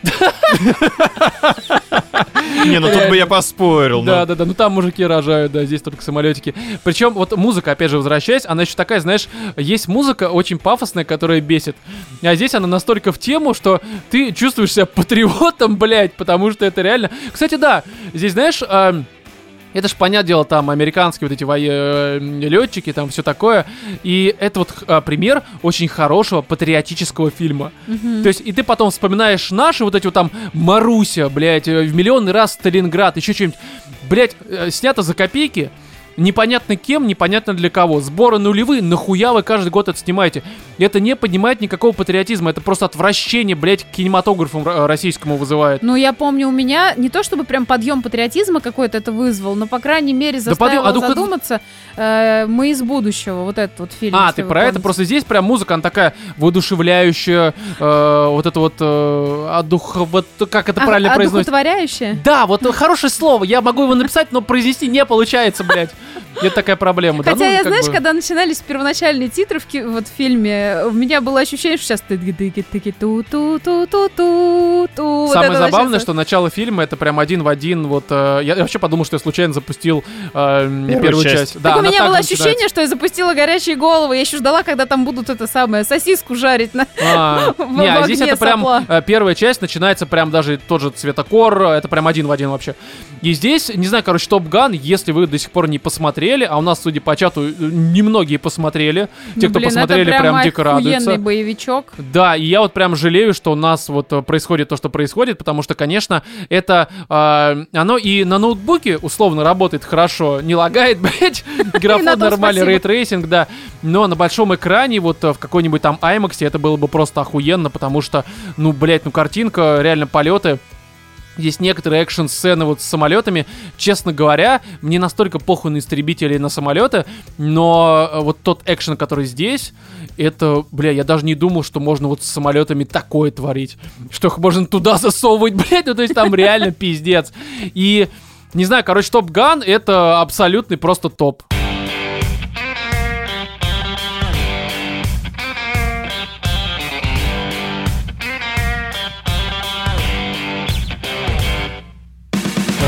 Не, ну тут бы я поспорил. Да, да, да, ну там мужики рожают, да, здесь только самолетики. Причем вот музыка, опять же, возвращаясь, она еще такая, знаешь, есть музыка очень пафосная, которая бесит. А здесь она настолько в тему, что ты чувствуешь себя патриотом, блядь, потому что это реально... Кстати, да, здесь, знаешь... Э, это ж, понятное дело, там американские вот эти во... летчики, там все такое. И это вот а, пример очень хорошего патриотического фильма. Mm-hmm. То есть, и ты потом вспоминаешь наши вот эти вот там Маруся, блядь, в миллионный раз Сталинград, еще что-нибудь. Блядь, снято за копейки. Непонятно кем, непонятно для кого. Сборы нулевые, нахуя вы каждый год это снимаете? И это не поднимает никакого патриотизма. Это просто отвращение, блядь, к кинематографу российскому вызывает. Ну, я помню, у меня не то чтобы прям подъем патриотизма какой-то это вызвал, но, по крайней мере, заставило да подъем, а задуматься э, «Мы из будущего», вот этот вот фильм. А, ты про помните. Это? Просто здесь прям музыка, она такая воодушевляющая, э, вот это вот, э, одух... вот как это а, правильно произносится? Одухотворяющая? Да, вот хорошее слово, я могу его написать, но произнести не получается, блядь. Это такая проблема. Хотя да, ну, я, знаешь, бы... когда начинались первоначальные титры в, ки- вот, в фильме, у меня было ощущение, что сейчас ту-ту-ту-ту-ту-ту. Самое вот забавное, сейчас... что начало фильма это прям один в один. Вот э, я, я вообще подумал, что я случайно запустил э, первую, первую часть. часть. Да, так у меня было ощущение, начинается. Что я запустила «Горячие головы». Я еще ждала, когда там будут это самое сосиску жарить на. А, не, а здесь это прям э, первая часть начинается прям даже тот же цветокор. Это прям один в один вообще. И здесь, не знаю, короче, Топ Ган, если вы до сих пор не посмотрели, а у нас, судя по чату, немногие посмотрели. Те, ну, кто блин, посмотрели, прям, прям дико радуются. Охуенный боевичок. Да, и я вот прям жалею, что у нас вот происходит то, что происходит, потому что, конечно, это э, оно и на ноутбуке условно работает хорошо, не лагает, блять, графон нормальный, рейтрейсинг, да, но на большом экране вот в какой-нибудь там аймаксе это было бы просто охуенно, потому что, ну, блять, ну картинка, реально полеты. Есть некоторые экшн-сцены вот с самолетами. Честно говоря, мне настолько похуй на истребители и на самолеты, но вот тот экшен, который здесь, это, бля, я даже не думал, что можно вот с самолетами такое творить. Что их можно туда засовывать, блядь, ну то есть там реально пиздец. И, не знаю, короче, Топ Ган это абсолютный просто топ.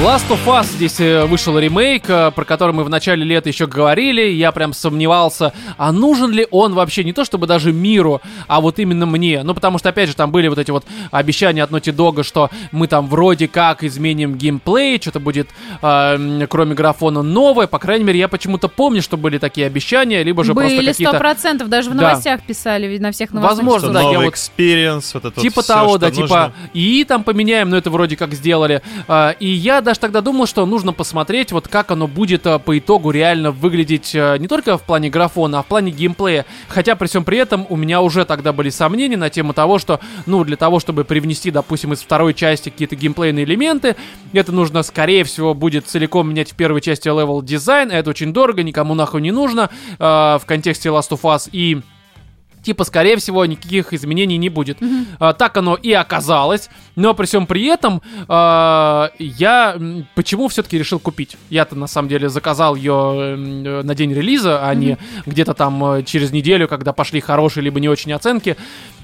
Last of Us здесь вышел ремейк, про который мы в начале лета еще говорили. Я прям сомневался, а нужен ли он вообще не то чтобы даже миру, а вот именно мне. Ну, потому что, опять же, там были вот эти вот обещания от Naughty Dog, что мы там вроде как изменим геймплей, что-то будет, э, кроме графона, новое. По крайней мере, я почему-то помню, что были такие обещания, либо же были просто какие-то... сто процентов, даже в Да. новостях писали, ведь на всех новостях. Возможно, да, я новый вот... experience, вот это Типа вот всё, того, что да, нужно. типа и там поменяем, но это вроде как сделали. А, И я даже тогда думал, что нужно посмотреть, вот как оно будет а, по итогу реально выглядеть а, не только в плане графона, а в плане геймплея. Хотя при всем при этом у меня уже тогда были сомнения на тему того, что, ну, для того, чтобы привнести, допустим, из второй части какие-то геймплейные элементы, это нужно, скорее всего, будет целиком менять в первой части левел дизайн, а это очень дорого, никому нахуй не нужно а, в контексте Last of Us, и типа, скорее всего, никаких изменений не будет. Mm-hmm. А, так оно и оказалось. Но при всем при этом а, я м, почему все-таки решил купить? Я-то, на самом деле, заказал ее э, на день релиза, а mm-hmm. не где-то там э, через неделю, когда пошли хорошие либо не очень оценки.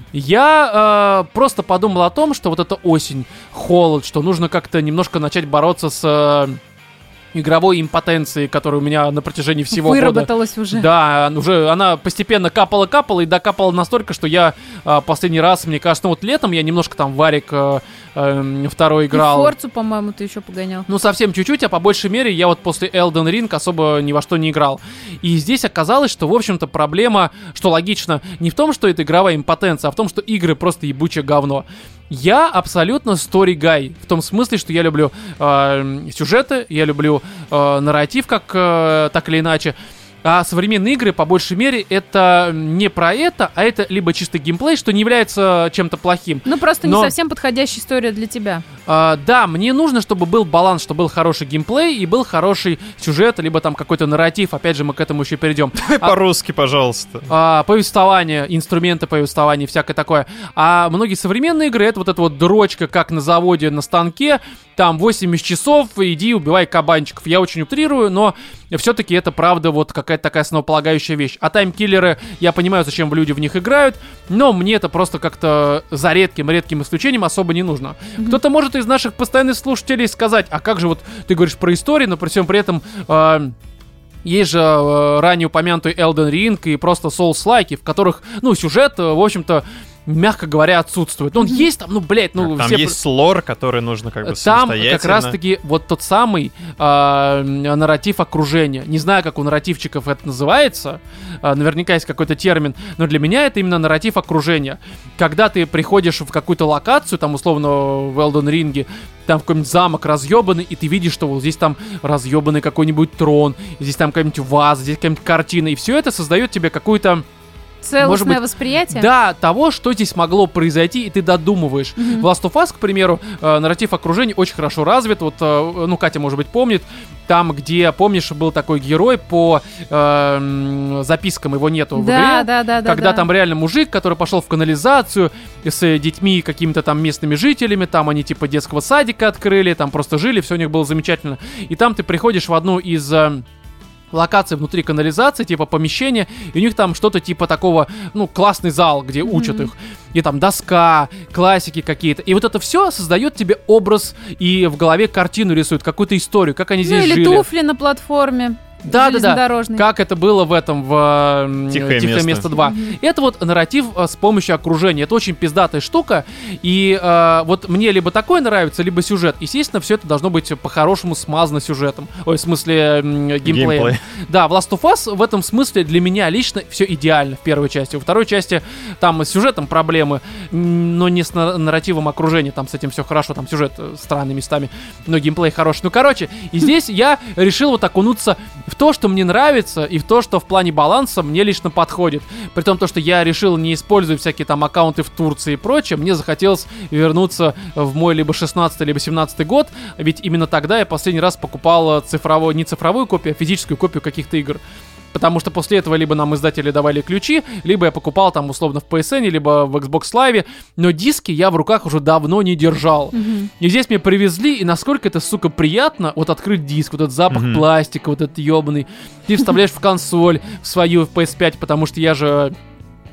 Я э, просто подумал о том, что вот эта осень, холод, что нужно как-то немножко начать бороться с... Э, игровой импотенции, которая у меня на протяжении всего Выработалась года. уже. Да, уже она постепенно капала-капала и докапала настолько, что я а, последний раз, мне кажется, ну вот летом я немножко там Варик а, а, второй играл. И Форцу, по-моему, ты еще погонял. Ну, совсем чуть-чуть, а по большей мере я вот после Elden Ring особо ни во что не играл. И здесь оказалось, что, в общем-то, проблема, что логично, не в том, что это игровая импотенция, а в том, что игры просто ебучее говно. Я абсолютно story guy, в том смысле, что я люблю э, сюжеты, я люблю э, нарратив, как, э, так или иначе. А современные игры, по большей мере, это не про это, а это либо чисто геймплей, что не является чем-то плохим. Ну, просто Но, не совсем подходящая история для тебя. А, да, мне нужно, чтобы был баланс, чтобы был хороший геймплей и был хороший сюжет, либо там какой-то нарратив. Опять же, мы к этому еще перейдем. Давай а, по-русски, пожалуйста. А, повествование, инструменты повествования, всякое такое. А многие современные игры — это вот эта вот дрочка, как на заводе, на станке. Там восемьдесят часов, иди убивай кабанчиков. Я очень утрирую, но все-таки это правда вот какая-то такая основополагающая вещь. А таймкиллеры, я понимаю, зачем люди в них играют, но мне это просто как-то за редким-редким исключением особо не нужно. Mm-hmm. Кто-то может из наших постоянных слушателей сказать, а как же вот ты говоришь про историю, но при всем при этом... Э- Есть же э, ранее упомянутый Elden Ring и просто Souls-like, в которых, ну, сюжет, в общем-то, мягко говоря, отсутствует. Ну, он mm-hmm. есть там, ну, блядь, ну... Там все... есть лор, который нужно как бы там самостоятельно... как раз-таки вот тот самый э, нарратив окружения. Не знаю, как у нарративчиков это называется, э, наверняка есть какой-то термин, но для меня это именно нарратив окружения. Когда ты приходишь в какую-то локацию, там, условно, в Elden Ring, там какой-нибудь замок разъебанный, и ты видишь, что вот здесь там разъебанный какой-нибудь трон, здесь там какая-нибудь ваза, здесь какая-нибудь картина, и все это создает тебе какую-то... Целостное быть, восприятие? Да, того, что здесь могло произойти, и ты додумываешь. Mm-hmm. В Last of Us, к примеру, э, нарратив окружения очень хорошо развит. Вот, э, ну, Катя, может быть, помнит. Там, где, помнишь, был такой герой по э, запискам, его нету в да, игре. Да, да, да. Когда да. там реально мужик, который пошел в канализацию с детьми, какими-то там местными жителями, там они типа детского садика открыли, там просто жили, все у них было замечательно. И там ты приходишь в одну из... Э, локации внутри канализации, типа помещения, и у них там что-то типа такого, ну, классный зал, где mm-hmm. учат их. И там доска, классики какие-то. И вот это все создает тебе образ и в голове картину рисует, какую-то историю, как они ну, здесь или жили. Или туфли на платформе. Да, да, да. Как это было в этом, в Тихое, Тихое место. место два. Mm-hmm. Это вот нарратив а, с помощью окружения. Это очень пиздатая штука. И а, вот мне либо такое нравится, либо сюжет. Естественно, все это должно быть по-хорошему смазано сюжетом. Ой, в смысле м- геймплеем. Геймплей. Да, в Last of Us в этом смысле для меня лично все идеально в первой части. Во второй части там с сюжетом проблемы, но не с на- нарративом окружения. Там с этим все хорошо. Там сюжет странными местами, но геймплей хороший. Ну, короче, и здесь я решил вот окунуться в то, что мне нравится, и в то, что в плане баланса мне лично подходит. При том, то, что я решил не использовать всякие там аккаунты в Турции и прочее, мне захотелось вернуться в мой либо шестнадцатый, либо семнадцатый год, ведь именно тогда я последний раз покупал цифровую, не цифровую копию, а физическую копию каких-то игр. Потому что после этого либо нам издатели давали ключи, либо я покупал там условно в пи эс эн, либо в Xbox Live, но диски я в руках уже давно не держал. Mm-hmm. И здесь мне привезли, и насколько это, сука, приятно, вот открыть диск, вот этот запах mm-hmm. пластика, вот этот ебаный. Ты вставляешь в консоль, в свою, в пи эс пять, потому что я же...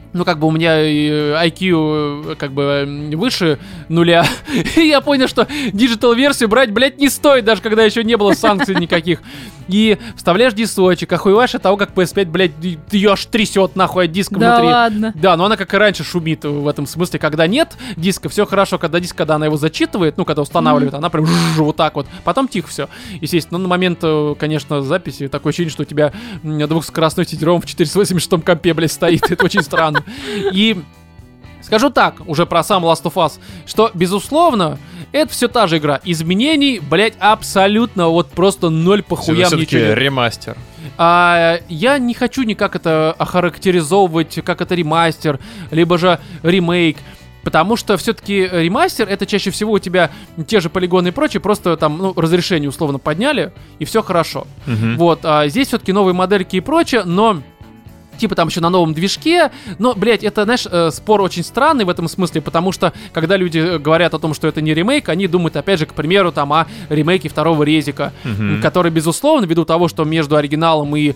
ну, как бы у меня ай кью как бы выше нуля. И я понял, что диджитал-версию брать, блядь, не стоит, даже когда еще не было санкций никаких. И вставляешь дисочек, охуеваешь от того, как пи эс пять, блядь, ее аж трясет нахуй от диска да внутри. Ладно. Да, но она как и раньше шумит в этом смысле. Когда нет диска, все хорошо. Когда диск, когда она его зачитывает, ну, когда устанавливает, mm-hmm. она прям вот так вот. Потом тихо все. Естественно, но на момент, конечно, записи такое ощущение, что у тебя двухскоростной сидером в четыреста восемьдесят шестом компе, блядь, стоит. Это очень странно. И скажу так, уже про сам Last of Us, что, безусловно, это все та же игра. Изменений, блять, абсолютно вот просто ноль по хуям. Все-таки ремастер. А, я не хочу никак это охарактеризовывать, как это ремастер, либо же ремейк. Потому что все-таки ремастер — это чаще всего у тебя те же полигоны и прочее, просто там, ну, разрешение условно подняли, и все хорошо. Mm-hmm. Вот, а здесь все-таки новые модельки и прочее, но... типа там еще на новом движке, но, блядь, это, знаешь, э, спор очень странный в этом смысле, потому что, когда люди говорят о том, что это не ремейк, они думают, опять же, к примеру, там, о ремейке второго Резика, mm-hmm. который, безусловно, ввиду того, что между оригиналом и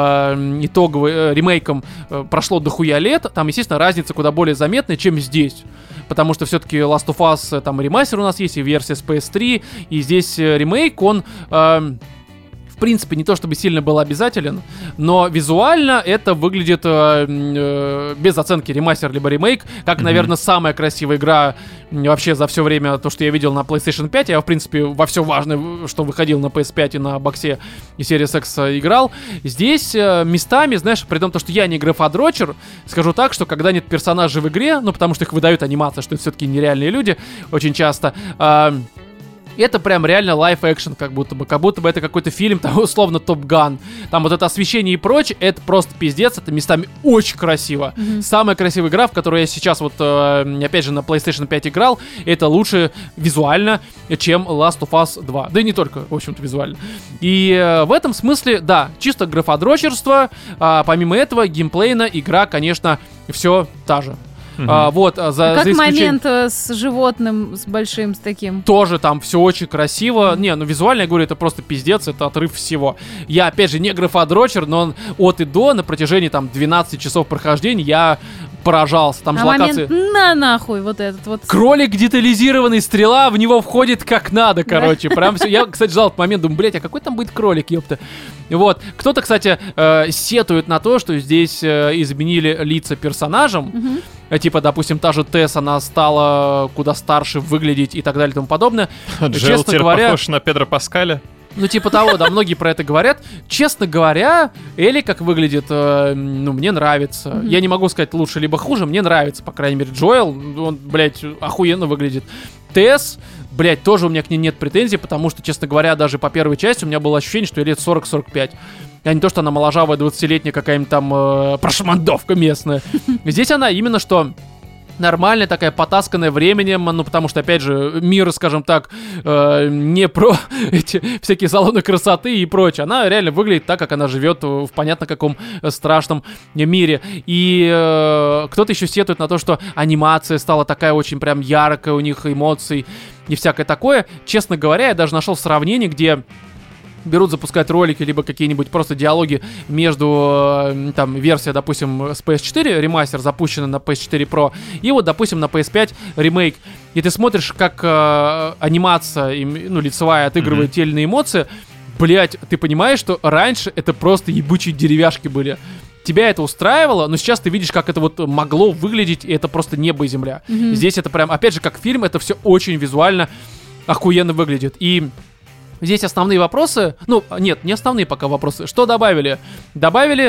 э, итоговым э, ремейком э, прошло дохуя лет, там, естественно, разница куда более заметная, чем здесь. Потому что все-таки Last of Us, там, ремастер у нас есть, и версия с пи эс три, и здесь э, ремейк, он... Э, в принципе, не то чтобы сильно был обязателен, но визуально это выглядит э, э, без оценки ремастер либо ремейк, как, mm-hmm. наверное, самая красивая игра вообще за все время, то, что я видел на PlayStation пять. Я, в принципе, во все важное, что выходил на пи эс пять и на боксе и Series X играл. Здесь э, местами, знаешь, при том, то, что я не графодрочер, скажу так, что когда нет персонажей в игре, ну, потому что их выдают анимация, что это все-таки нереальные люди очень часто... Э, это прям реально лайф-экшен, как будто бы. Как будто бы это какой-то фильм, там, условно, Топ Ган. Там вот это освещение и прочее, это просто пиздец. Это местами очень красиво. Mm-hmm. Самая красивая игра, в которую я сейчас вот, э, опять же, на PlayStation пять играл, это лучше визуально, чем Last of Us два. Да и не только, в общем-то, визуально. И э, в этом смысле, да, чисто графодрочерство. А помимо этого, геймплейно игра, конечно, все та же. Uh-huh. А, вот, за, а как за исключением... момент с животным, с большим, с таким? Тоже там все очень красиво. Mm-hmm. Не, ну визуально, я говорю, это просто пиздец, это отрыв всего. Я, опять же, не графодрочер, но от и до на протяжении там двенадцати часов прохождения я поражался. Там а же локации... момент на нахуй вот этот вот. Кролик детализированный, стрела в него входит как надо, короче. Прям все. Я, кстати, ждал этот момент, думаю, блять, а какой там будет кролик, ёпта. Вот. Кто-то, кстати, э, сетует на то, что здесь э, изменили лица персонажам. Mm-hmm. Типа, допустим, та же Тесс, она стала куда старше выглядеть и так далее и тому подобное. Джоэл теперь говоря, похож на Педро Паскаля. Ну, типа того, да, многие про это говорят. Честно говоря, Элли как выглядит, э, ну, мне нравится. Mm-hmm. Я не могу сказать лучше либо хуже, мне нравится, по крайней мере. Джоэл, он, блядь, охуенно выглядит. Тесс, блядь, тоже у меня к ней нет претензий, потому что, честно говоря, даже по первой части у меня было ощущение, что ей лет сорок-сорок пять. А не то, что она моложавая двадцатилетняя какая-нибудь там э, прошмандовка местная. Здесь она именно что... нормальная такая, потасканная временем, ну, потому что, опять же, мир, скажем так, э, не про эти всякие салоны красоты и прочее. Она реально выглядит так, как она живет в понятно каком страшном мире. И э, кто-то еще сетует на то, что анимация стала такая очень прям яркая, у них эмоций и всякое такое. Честно говоря, я даже нашел сравнение, где... берут запускать ролики, либо какие-нибудь просто диалоги между, там, версия, допустим, с пи эс четыре, ремастер, запущенный на пи эс четыре Pro, и вот, допустим, на пи эс пять ремейк. И ты смотришь, как э, анимация, ну, лицевая отыгрывает mm-hmm. те или иные эмоции. Блять, ты понимаешь, что раньше это просто ебучие деревяшки были. Тебя это устраивало, но сейчас ты видишь, как это вот могло выглядеть, и это просто небо и земля. Mm-hmm. Здесь это прям, опять же, как фильм, это все очень визуально охуенно выглядит. И здесь основные вопросы, ну, нет, не основные пока вопросы. Что добавили? Добавили,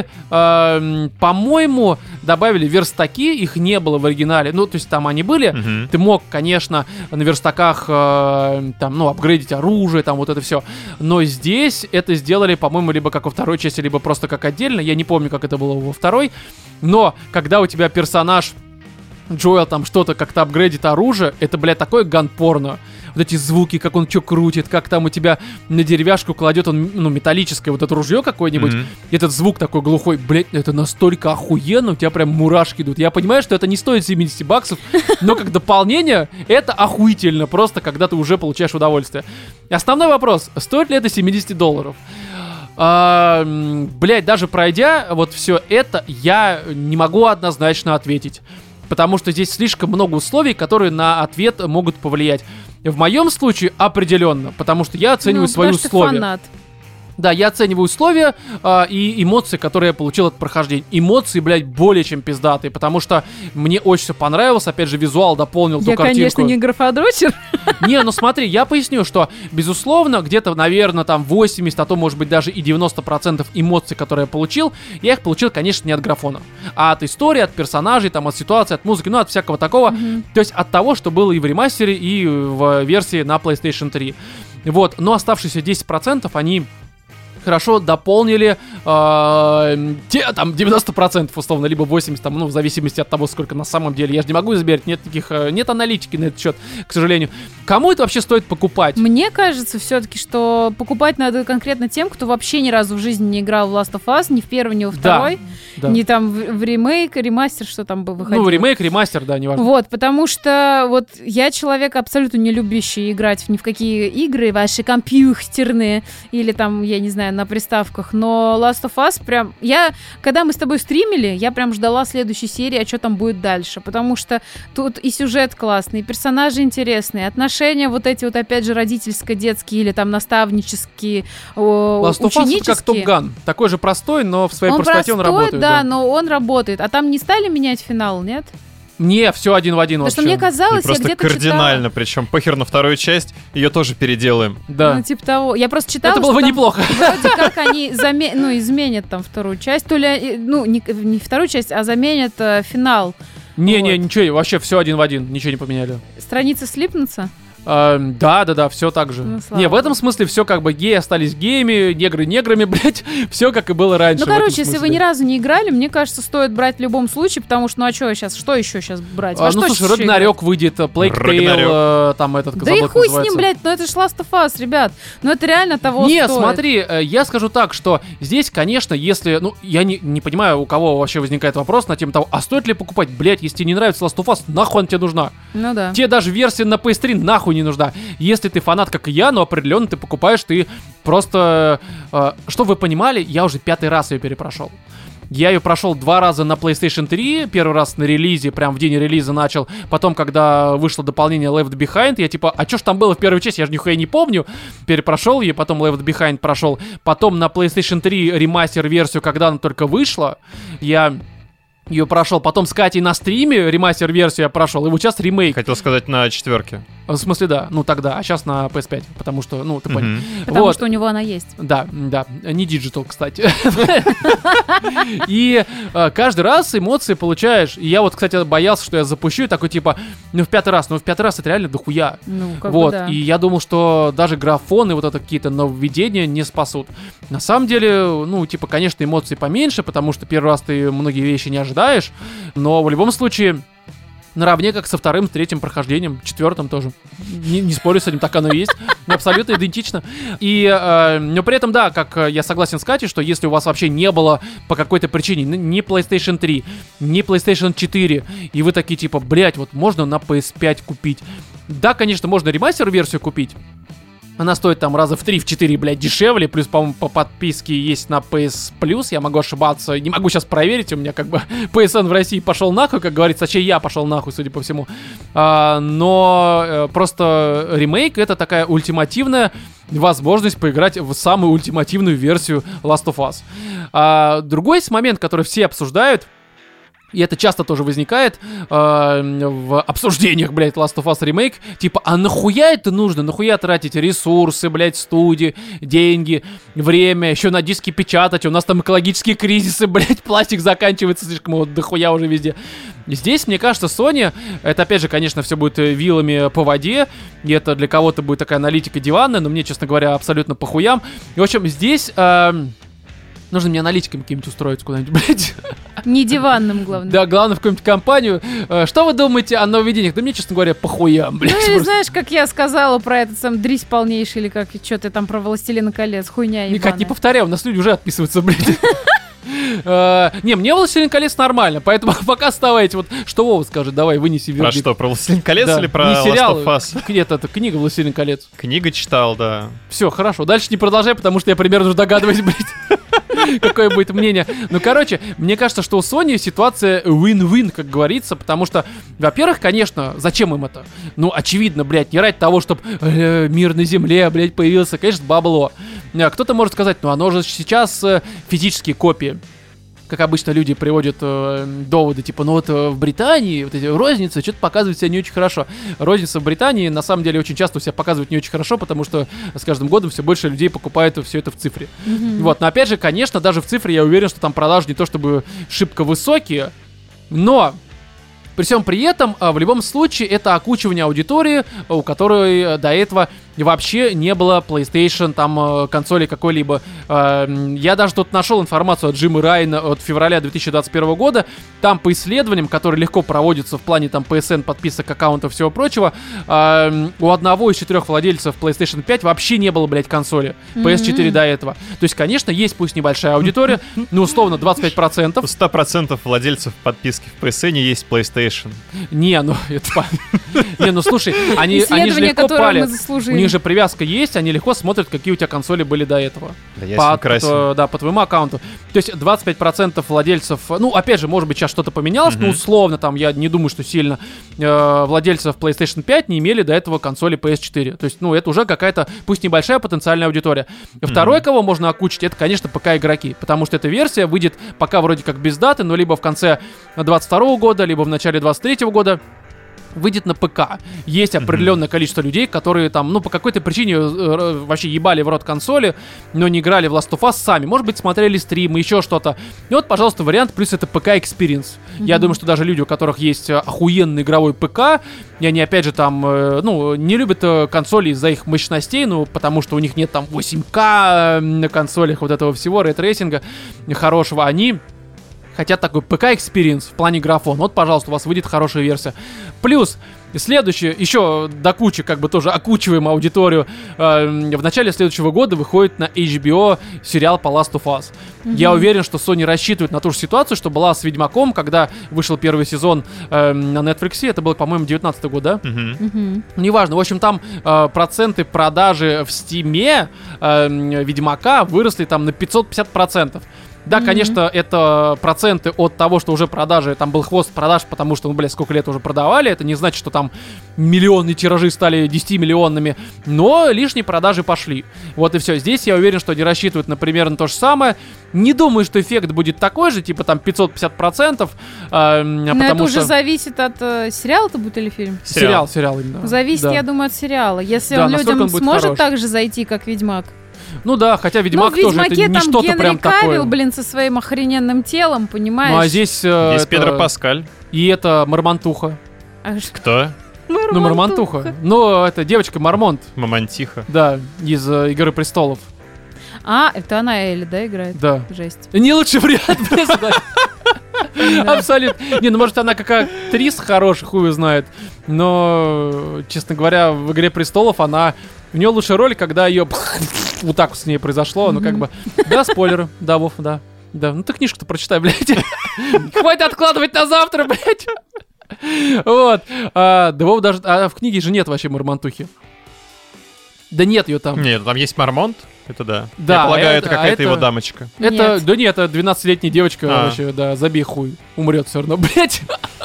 э, по-моему, добавили верстаки, их не было в оригинале. Ну, то есть там они были. Uh-huh. Ты мог, конечно, на верстаках, э, там, ну, апгрейдить оружие, там, вот это все. Но здесь это сделали, по-моему, либо как во второй части, либо просто как отдельно. Я не помню, как это было во второй. Но, когда у тебя персонаж Джоэл там что-то как-то апгрейдит оружие, это, блядь, такое ган-порно. Вот эти звуки, как он что крутит, как там у тебя на деревяшку кладет он, ну, металлическое вот это ружье какое-нибудь, mm-hmm. этот звук такой глухой, блядь, это настолько охуенно, у тебя прям мурашки идут. Я понимаю, что это не стоит семьдесят баксов, но как дополнение это охуительно, просто когда ты уже получаешь удовольствие. Основной вопрос, стоит ли это семьдесят долларов? А, блять, даже пройдя вот все это, я не могу однозначно ответить. Потому что здесь слишком много условий, которые на ответ могут повлиять. В моем случае определенно, потому что я оцениваю ну, свои потому что условия. ты фанат. Да, я оцениваю условия э, и эмоции, которые я получил от прохождения. Эмоции, блядь, более чем пиздатые, потому что мне очень все понравилось. Опять же, визуал дополнил ту Я, картинку. конечно, не графодрочер. Не, ну смотри, я поясню, что, безусловно, где-то, наверное, там восемьдесят, а то, может быть, даже и девяносто процентов эмоций, которые я получил, я их получил, конечно, не от графона, а от истории, от персонажей, там, от ситуации, от музыки, ну, от всякого такого. Мгм. То есть от того, что было и в ремастере, и в версии на PlayStation три. Вот, но оставшиеся десять процентов, они хорошо дополнили э, те, там, девяносто процентов, условно, либо восемьдесят процентов, там, ну, в зависимости от того, сколько на самом деле. Я же не могу измерить, нет таких, э, нет аналитики на этот счет, к сожалению. Кому это вообще стоит покупать? Мне кажется все-таки, что покупать надо конкретно тем, кто вообще ни разу в жизни не играл в Last of Us, ни в первый, ни во второй, Да. ни там в, в ремейк, ремастер, что там бы выходило. Ну, ремейк, ремастер, да, неважно. Вот, потому что вот я человек абсолютно не любящий играть ни в какие игры ваши компьютерные или там, я не знаю, на приставках, но Last of Us прям... Я, когда мы с тобой стримили, я прям ждала следующей серии, а что там будет дальше, потому что тут и сюжет классный, и персонажи интересные, отношения вот эти вот, опять же, родительско-детские или там наставнические, о, Last of Us ученические. это как Top Gun. Такой же простой, но в своей Он простоте он простой, работает. да, Да. но он работает. А там не стали менять финал, нет? Не, все один в один Потому что вообще. мне казалось, И я просто где-то кардинально, причем похер на вторую часть, ее тоже переделаем. читала... Да. Ну, типа того. Я просто читала, Это было что бы там неплохо. вроде как они заме... ну, изменят там вторую часть, то ли, э, ну, не, не вторую часть, а заменят э, финал. Не-не, Вот. ничего, вообще все один в один, ничего не поменяли. Страницы слипнутся? А, да, да, да, все так же. Ну, слава Не, в этом богу. смысле все как бы геи остались геями, негры неграми, блядь, все как и было раньше. Ну, в этом короче, если вы смысле. ни разу не играли, мне кажется, стоит брать в любом случае, потому что, ну, а что сейчас, что еще сейчас брать? Во А, что ну, сейчас слушай, ещё Рагнарёк выйдет, Plague Рагнарёк. Tale, э, там этот, играть? Да и забыл, как хуй с называется. ним, блядь, ну это ж Last of Us, ребят. Ну это реально того Нет, стоит. смотри, э, я скажу так, что здесь, конечно, если, ну, я не, не понимаю, у кого вообще возникает вопрос на тему того, а стоит ли покупать, блядь, если тебе не нравится Last of Us, нахуй она тебе нужна? Ну да. Тебе даже версия на пи эс три нахуй не нужна. Если ты фанат, как и я, но определенно ты покупаешь, ты просто... Э, чтобы вы понимали, я уже пятый раз ее перепрошел. Я ее прошел два раза на PlayStation три, первый раз на релизе, прям в день релиза начал. Потом, когда вышло дополнение Left Behind, я типа, а что ж там было в первой части, я же нихуя не помню. Перепрошел ее, потом Left Behind прошел. Потом на PlayStation три ремастер-версию, когда она только вышла, я... ее прошел, потом с Катей на стриме ремастер-версию я прошел, и вот сейчас ремейк. Хотел сказать на четверке. В смысле, да, ну тогда, а сейчас на пи эс пять, потому что, ну, ты понял. Мгм. Потому Вот. что у него она есть. Да, да, не диджитал, кстати. И э, каждый раз эмоции получаешь. И я вот, кстати, боялся, что я запущу и такой типа, ну в пятый раз, ну в пятый раз это реально дохуя. Ну, как Вот, бы да. и я думал, что даже графон и вот это какие-то нововведения не спасут. На самом деле, ну, типа, конечно, эмоций поменьше, потому что первый раз ты многие вещи не ожидаешь, но в любом случае... Наравне, как со вторым, третьим прохождением, четвертым тоже. Не, не спорю с этим, так оно и есть. Абсолютно идентично. И, э, но при этом, да, как э, я согласен с Катей, что если у вас вообще не было по какой-то причине ни PlayStation три, ни PlayStation четыре, и вы такие типа, блять, вот можно на пи эс пять купить. Да, конечно, можно ремастер-версию купить. Она стоит там раза в три-четыре, блядь, дешевле. Плюс, по-моему, по подписке есть на пи эс Plus. Я могу ошибаться. Не могу сейчас проверить. У меня как бы пи эс эн в России пошел нахуй, как говорится. Точнее, я пошел нахуй, судя по всему. А, но э, просто ремейк — это такая ультимативная возможность поиграть в самую ультимативную версию Last of Us. А, другой момент, который все обсуждают, и это часто тоже возникает э, в обсуждениях, блядь, Last of Us Remake. Типа, а нахуя это нужно? Нахуя тратить ресурсы, блядь, студии, деньги, время, еще на диски печатать? У нас там экологические кризисы, блядь, пластик заканчивается слишком вот дохуя уже везде. Здесь, мне кажется, Sony, это опять же, конечно, все будет вилами по воде, и это для кого-то будет такая аналитика диванная, но мне, честно говоря, абсолютно по хуям. И, в общем, здесь... Э, нужно мне аналитиками каким-нибудь устроиться куда-нибудь, блядь. Не диванным, главное. Да, главное, в какую-нибудь компанию. Э, Что вы думаете о нововведениях? Да мне, честно говоря, похуям, блядь. Ну или просто. знаешь, как я сказала про этот сам дрись полнейший, или как, что ты там про Властелина колец, хуйня Никак не ебаная. повторяю, у нас люди уже отписываются, блядь. Э, Не, мне «Властелин колец» нормально, поэтому пока оставайте. Вот что Вова скажет, давай, вынеси Про вердикт. что, про «Властелин колец» Да, или про не сериал, Last of Us? Нет, это книга «Властелин колец». Книга читал, да. Все, хорошо. Дальше не продолжай, потому что я примерно уже догадываюсь, блядь, какое будет мнение. Ну, короче, мне кажется, что у Sony ситуация win-win, как говорится, потому что, во-первых, конечно, зачем им это? Ну, очевидно, блядь, не ради того, чтобы э, мир на земле, блядь, появился, конечно, бабло. А кто-то может сказать, ну, оно же сейчас э, физические копии. Как обычно люди приводят э, доводы, типа, ну вот э, в Британии вот эти розницы что-то показывают себя не очень хорошо. Розница в Британии на самом деле очень часто себя показывают не очень хорошо, потому что с каждым годом все больше людей покупают все это в цифре. Mm-hmm. Вот, но опять же, конечно, даже в цифре я уверен, что там продажи не то чтобы шибко высокие, но... При всем при этом, в любом случае, это окучивание аудитории, у которой до этого вообще не было PlayStation, там, консоли какой-либо. Я даже тут нашел информацию от Джима Райана от февраля две тысячи двадцать первого года. Там по исследованиям, которые легко проводятся в плане там пи эс эн, подписок, аккаунтов и всего прочего, у одного из четырех владельцев PlayStation пять вообще не было, блядь, консоли пи эс четыре mm-hmm. до этого. То есть, конечно, есть пусть небольшая аудитория, но условно двадцать пять процентов. У ста процентов владельцев подписки в пи эс эн есть PlayStation. Не, ну это... Не, ну слушай, они, они же легко палят. У них же привязка есть, они легко смотрят, какие у тебя консоли были до этого. Да, я по, да, по твоему аккаунту. То есть двадцать пять процентов владельцев, ну, опять же, может быть, сейчас что-то поменялось, mm-hmm. но условно, там, я не думаю, что сильно э, владельцев PlayStation пять не имели до этого консоли пи эс четыре. То есть, ну, это уже какая-то, пусть небольшая потенциальная аудитория. Mm-hmm. Второе, кого можно окучить, это, конечно, ПК-игроки, потому что эта версия выйдет пока вроде как без даты, но либо в конце двадцать второго года, либо в начале двадцать третьего года выйдет на ПК. Есть определенное mm-hmm. количество людей, которые там, ну, по какой-то причине э, вообще ебали в рот консоли, но не играли в Last of Us сами. Может быть, смотрели стримы, еще что-то. И вот, пожалуйста, вариант, плюс это ПК-экспириенс. Mm-hmm. Я думаю, что даже люди, у которых есть охуенный игровой ПК, и они, опять же, там, э, ну, не любят э, консоли из-за их мощностей, ну, потому что у них нет там восемь ка на консолях, вот этого всего, рейтрейсинга хорошего, они... хотят такой ПК-экспириенс в плане графона. Вот, пожалуйста, у вас выйдет хорошая версия. Плюс, следующее, еще до кучи, как бы тоже окучиваем аудиторию. Э, в начале следующего года выходит на эйч би о сериал по Last of Us. Mm-hmm. Я уверен, что Sony рассчитывает на ту же ситуацию, что была с Ведьмаком, когда вышел первый сезон э, на Netflix. Это был, по-моему, девятнадцатый год, да? Mm-hmm. Mm-hmm. Неважно. В общем, там э, проценты продажи в Стиме э, Ведьмака выросли там на пятьсот пятьдесят процентов. Да, mm-hmm. конечно, это проценты от того, что уже продажи, там был хвост продаж, потому что, ну, блядь, сколько лет уже продавали, это не значит, что там миллионные тиражи стали десятимиллионными, но лишние продажи пошли. Вот и все. Здесь я уверен, что они рассчитывают, например, на то же самое. Не думаю, что эффект будет такой же, типа там пятьсот пятьдесят процентов. Э, но потому это уже что... зависит от э, сериала это будет или фильм? Сериал, сериал именно. Зависит, да. я думаю, от сериала. Если да, он людям он сможет хорош. так же зайти, как Ведьмак. Ну да, хотя Ведьмак ну, тоже это не что-то Генри прям Кавилл, такое. блин, со своим охрененным телом, понимаешь? Ну а здесь... Э, Есть это... Педро Паскаль. И это Мармонтуха. А Кто? Мармонтуха. Ну, Мармонтуха. Ну, это девочка Мармонт. Мамонтиха. Да, из э, «Игры престолов». А, это она Элли, да, играет? Да. Жесть. Не лучший вариант, абсолютно. Не, ну может она как актриса хорошая, хуй знает. Но, честно говоря, в «Игре престолов» она... У нее лучшая роль, когда ее вот так с ней произошло. Ну как бы... Да, спойлеры. Да, Вов, да. Да, ну ты книжку-то прочитай, блядь. Хватит откладывать на завтра, блядь. Вот. А, да, Вов даже... А в книге же нет вообще Мармонтухи. Да нет ее там. Нет, там есть Мармонт. Это да. Да, я полагаю, это, это какая-то а это... его дамочка. Это, нет. да нет, это двенадцатилетняя девочка а. вообще, да, забей хуй, умрет все равно, блядь.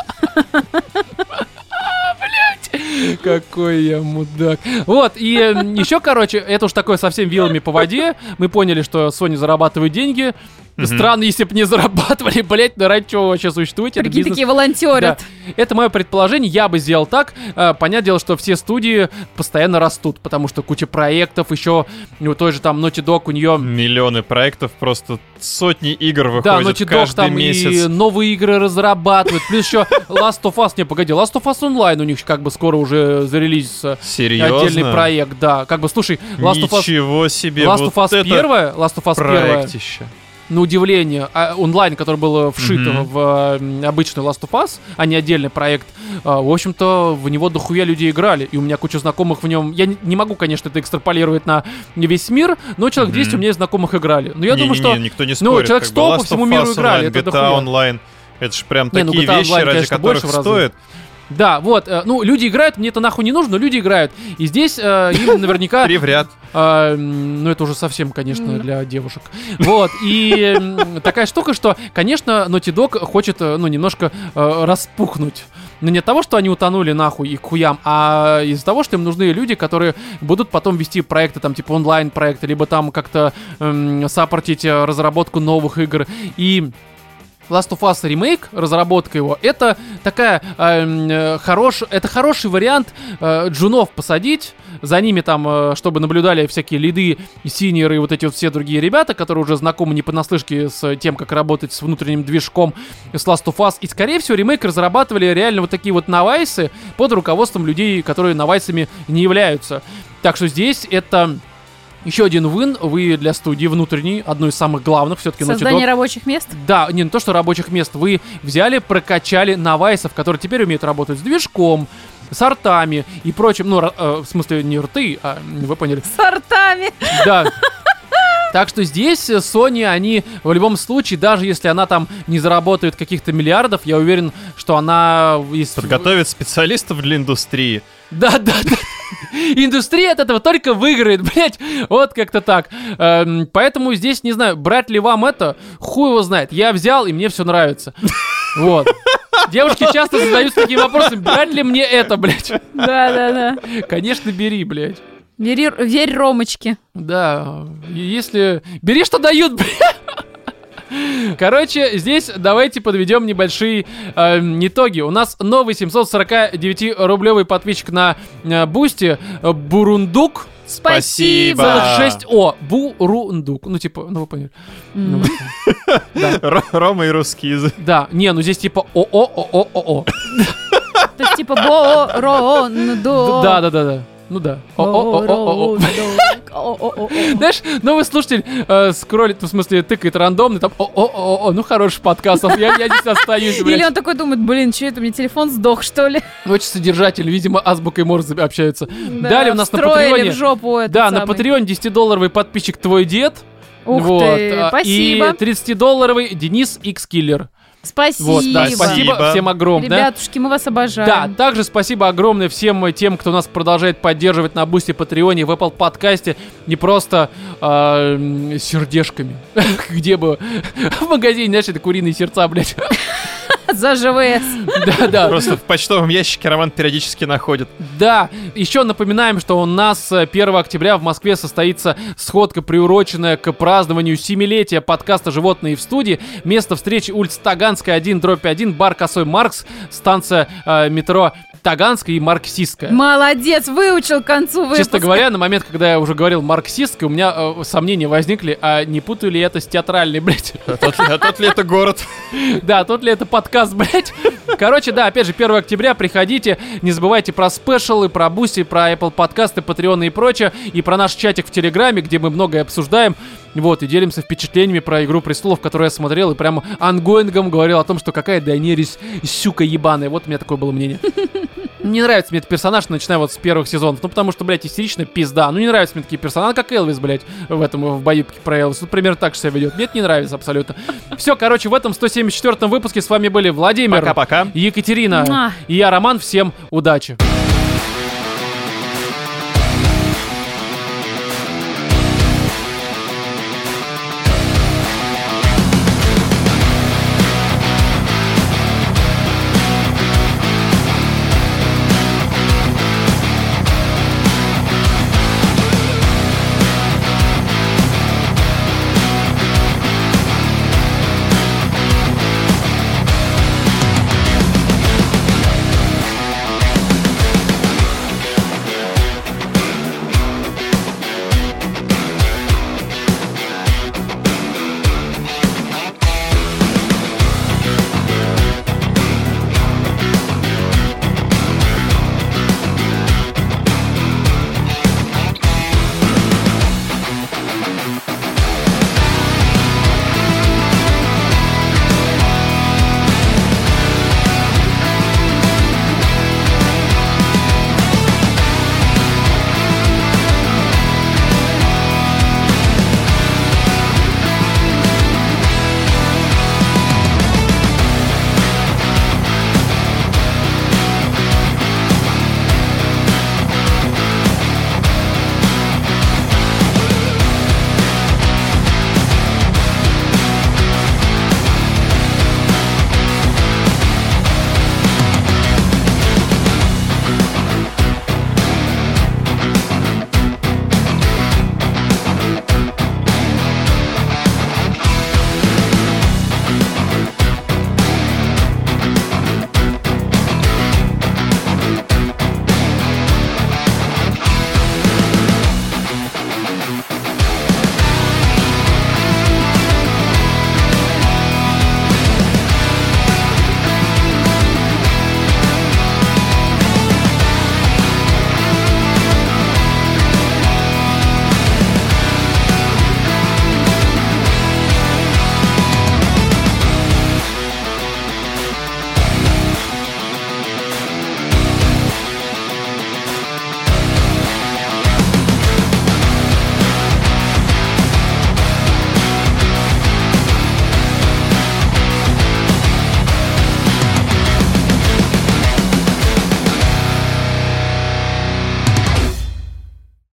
Блядь, какой я мудак. Вот, и еще, короче, это уж такое совсем вилами по воде. Мы поняли, что Sony зарабатывает деньги. Mm-hmm. Странно, если бы не зарабатывали, блять, на ради чего вообще существует. Прикинь, такие волонтерят. Да. Это мое предположение, я бы сделал так. А, понятное дело, что все студии постоянно растут, потому что куча проектов, еще у той же там Naughty Dog, у нее... Миллионы проектов, просто сотни игр выходят да, Naughty Dog каждый там месяц. И новые игры разрабатывают. Плюс еще Last of Us, не, погоди, Last of Us Online у них как бы скоро уже зарелизится. Серьезно? Отдельный проект, да. Как бы, слушай, Last of Us... Ничего себе, Last вот of Us это первая, Last of Us первая. проектище. на удивление, а, онлайн, который был вшит Мгм. в а, обычный Last of Us, а не отдельный проект, а, в общем-то, в него дохуя людей играли, и у меня куча знакомых в нем. Я не, не могу, конечно, это экстраполировать на весь мир, но человек Мгм. двести у меня из знакомых играли. Но я Не, думаю, не, что... не, никто не ну, спорит. человек как бы сто по Last of всему Us миру играли, Online, это джи ти эй дохуя. Online. Это же прям Не, ну, такие джи ти эй вещи, Online, ради конечно, которых больше в разы. стоит. Да, вот, э, ну, люди играют, мне это нахуй не нужно, но люди играют. И здесь э, им наверняка... Три в ряд. А, м, ну, это уже совсем, конечно, для девушек. Вот, и м, такая штука, что, конечно, Naughty Dog хочет, э, ну, немножко э, распухнуть. Но не от того, что они утонули нахуй и к хуям, а из-за того, что им нужны люди, которые будут потом вести проекты, там, типа онлайн-проекты, либо там как-то эм, саппортить э, разработку новых игр. И... Last of Us ремейк, разработка его, это такая э, хорош, это хороший вариант э, джунов посадить, за ними там, э, чтобы наблюдали всякие лиды, синьоры и вот эти вот все другие ребята, которые уже знакомы не понаслышке с тем, как работать с внутренним движком с Last of Us. И, скорее всего, ремейк разрабатывали реально вот такие вот навайсы под руководством людей, которые навайсами не являются. Так что здесь это... Еще один вин, вы для студии внутренней, одной из самых главных, все-таки Naughty Создание Dog. рабочих мест? Да, не, не то, что рабочих мест. Вы взяли, прокачали навайсов, которые теперь умеют работать с движком, с артами и прочим. Ну, ра- э, в смысле, не рты, а вы поняли. С артами! Да. Так что здесь Sony, они в любом случае, даже если она там не заработает каких-то миллиардов, я уверен, что она... из- Подготовит специалистов для индустрии. Да, да, да. Индустрия от этого только выиграет, блять. Вот как-то так. Эм, поэтому здесь, не знаю, брать ли вам это, хуй его знает. Я взял, и мне все нравится. Вот. Девушки часто задаются такими вопросами. Брать ли мне это, блять? Да-да-да. Конечно, бери, блять. Бери, верь Ромочке. Да, и если... Бери, что дают, блядь. Короче, здесь давайте подведем небольшие э, итоги. У нас новый семьсот сорок девять рублевый подписчик на э, Бусти, э, Бурундук. Спасибо. Целых шесть О. Бурундук. Ну, типа, ну вы поняли. Ну, да. Ро- Рома и русский язык. Да, не, ну здесь типа О-О-О-О-О. То есть типа бо-ро-н-до. Да, да, да, да. Ну да. О-о-о-о-о. О-о-о-о. Знаешь, новый слушатель э, скроллит, в смысле, тыкает рандомно, там о-о-о-о, ну хороший подкаст, я, я здесь остаюсь, блядь. Или он такой думает, блин, что это, у меня телефон сдох, что ли? Очень содержательно, видимо, азбукой Морзе общаются. Да, Далее у нас на встроили Патреоне... в жопу этот Да, на самый. Патреоне десятидолларовый подписчик «Твой дед». Ух Вот, ты, а, спасибо. И тридцатидолларовый Денис Икс Киллер. Спасибо. Вот, да, спасибо Спасибо. всем огромное. Ребятушки, мы вас Да, обожаем. также спасибо огромное всем тем, кто нас продолжает поддерживать на Бусти, Патреоне, в Apple подкасте. Не просто а, м, сердечками. Где бы... В магазине, знаешь, это куриные сердца, блядь. За ЖВС. Да, да. Просто в почтовом ящике Роман периодически находит. Да, еще напоминаем, что у нас э, первого октября в Москве состоится сходка, приуроченная к празднованию семилетия подкаста «Животные в студии». Место встречи улица Таганская, один, дробь один, бар Косой Маркс, станция э, метро Таганская и Марксистская. Молодец, выучил к концу выпуска. Честно говоря, на момент, когда я уже говорил марксистская, у меня э, сомнения возникли, а не путаю ли я это с театральной, блядь? А тот, а тот ли это город? Да, тот ли это подкаст, блядь? Короче, да, опять же, первого октября приходите, не забывайте про спешалы, про Бусти, про Apple подкасты, Патреоны и прочее, и про наш чатик в Телеграме, где мы многое обсуждаем, вот, и делимся впечатлениями про «Игру престолов», которую я смотрел, и прямо ангоингом говорил о том, что какая Дайнерис сюка ебаная. Вот у меня такое было мнение. Не нравится мне этот персонаж, начиная вот с первых сезонов. Ну, потому что, блядь, истерично пизда. Ну, не нравятся мне такие персонажи, как Элвис, блядь, в этом, в боюбке про Элвис. Ну, примерно так же себя ведет. Мне это не нравится абсолютно. Все, короче, в этом сто семьдесят четвёртом выпуске с вами были Владимир, Пока-пока. Екатерина Муа. и я, Роман. Всем удачи.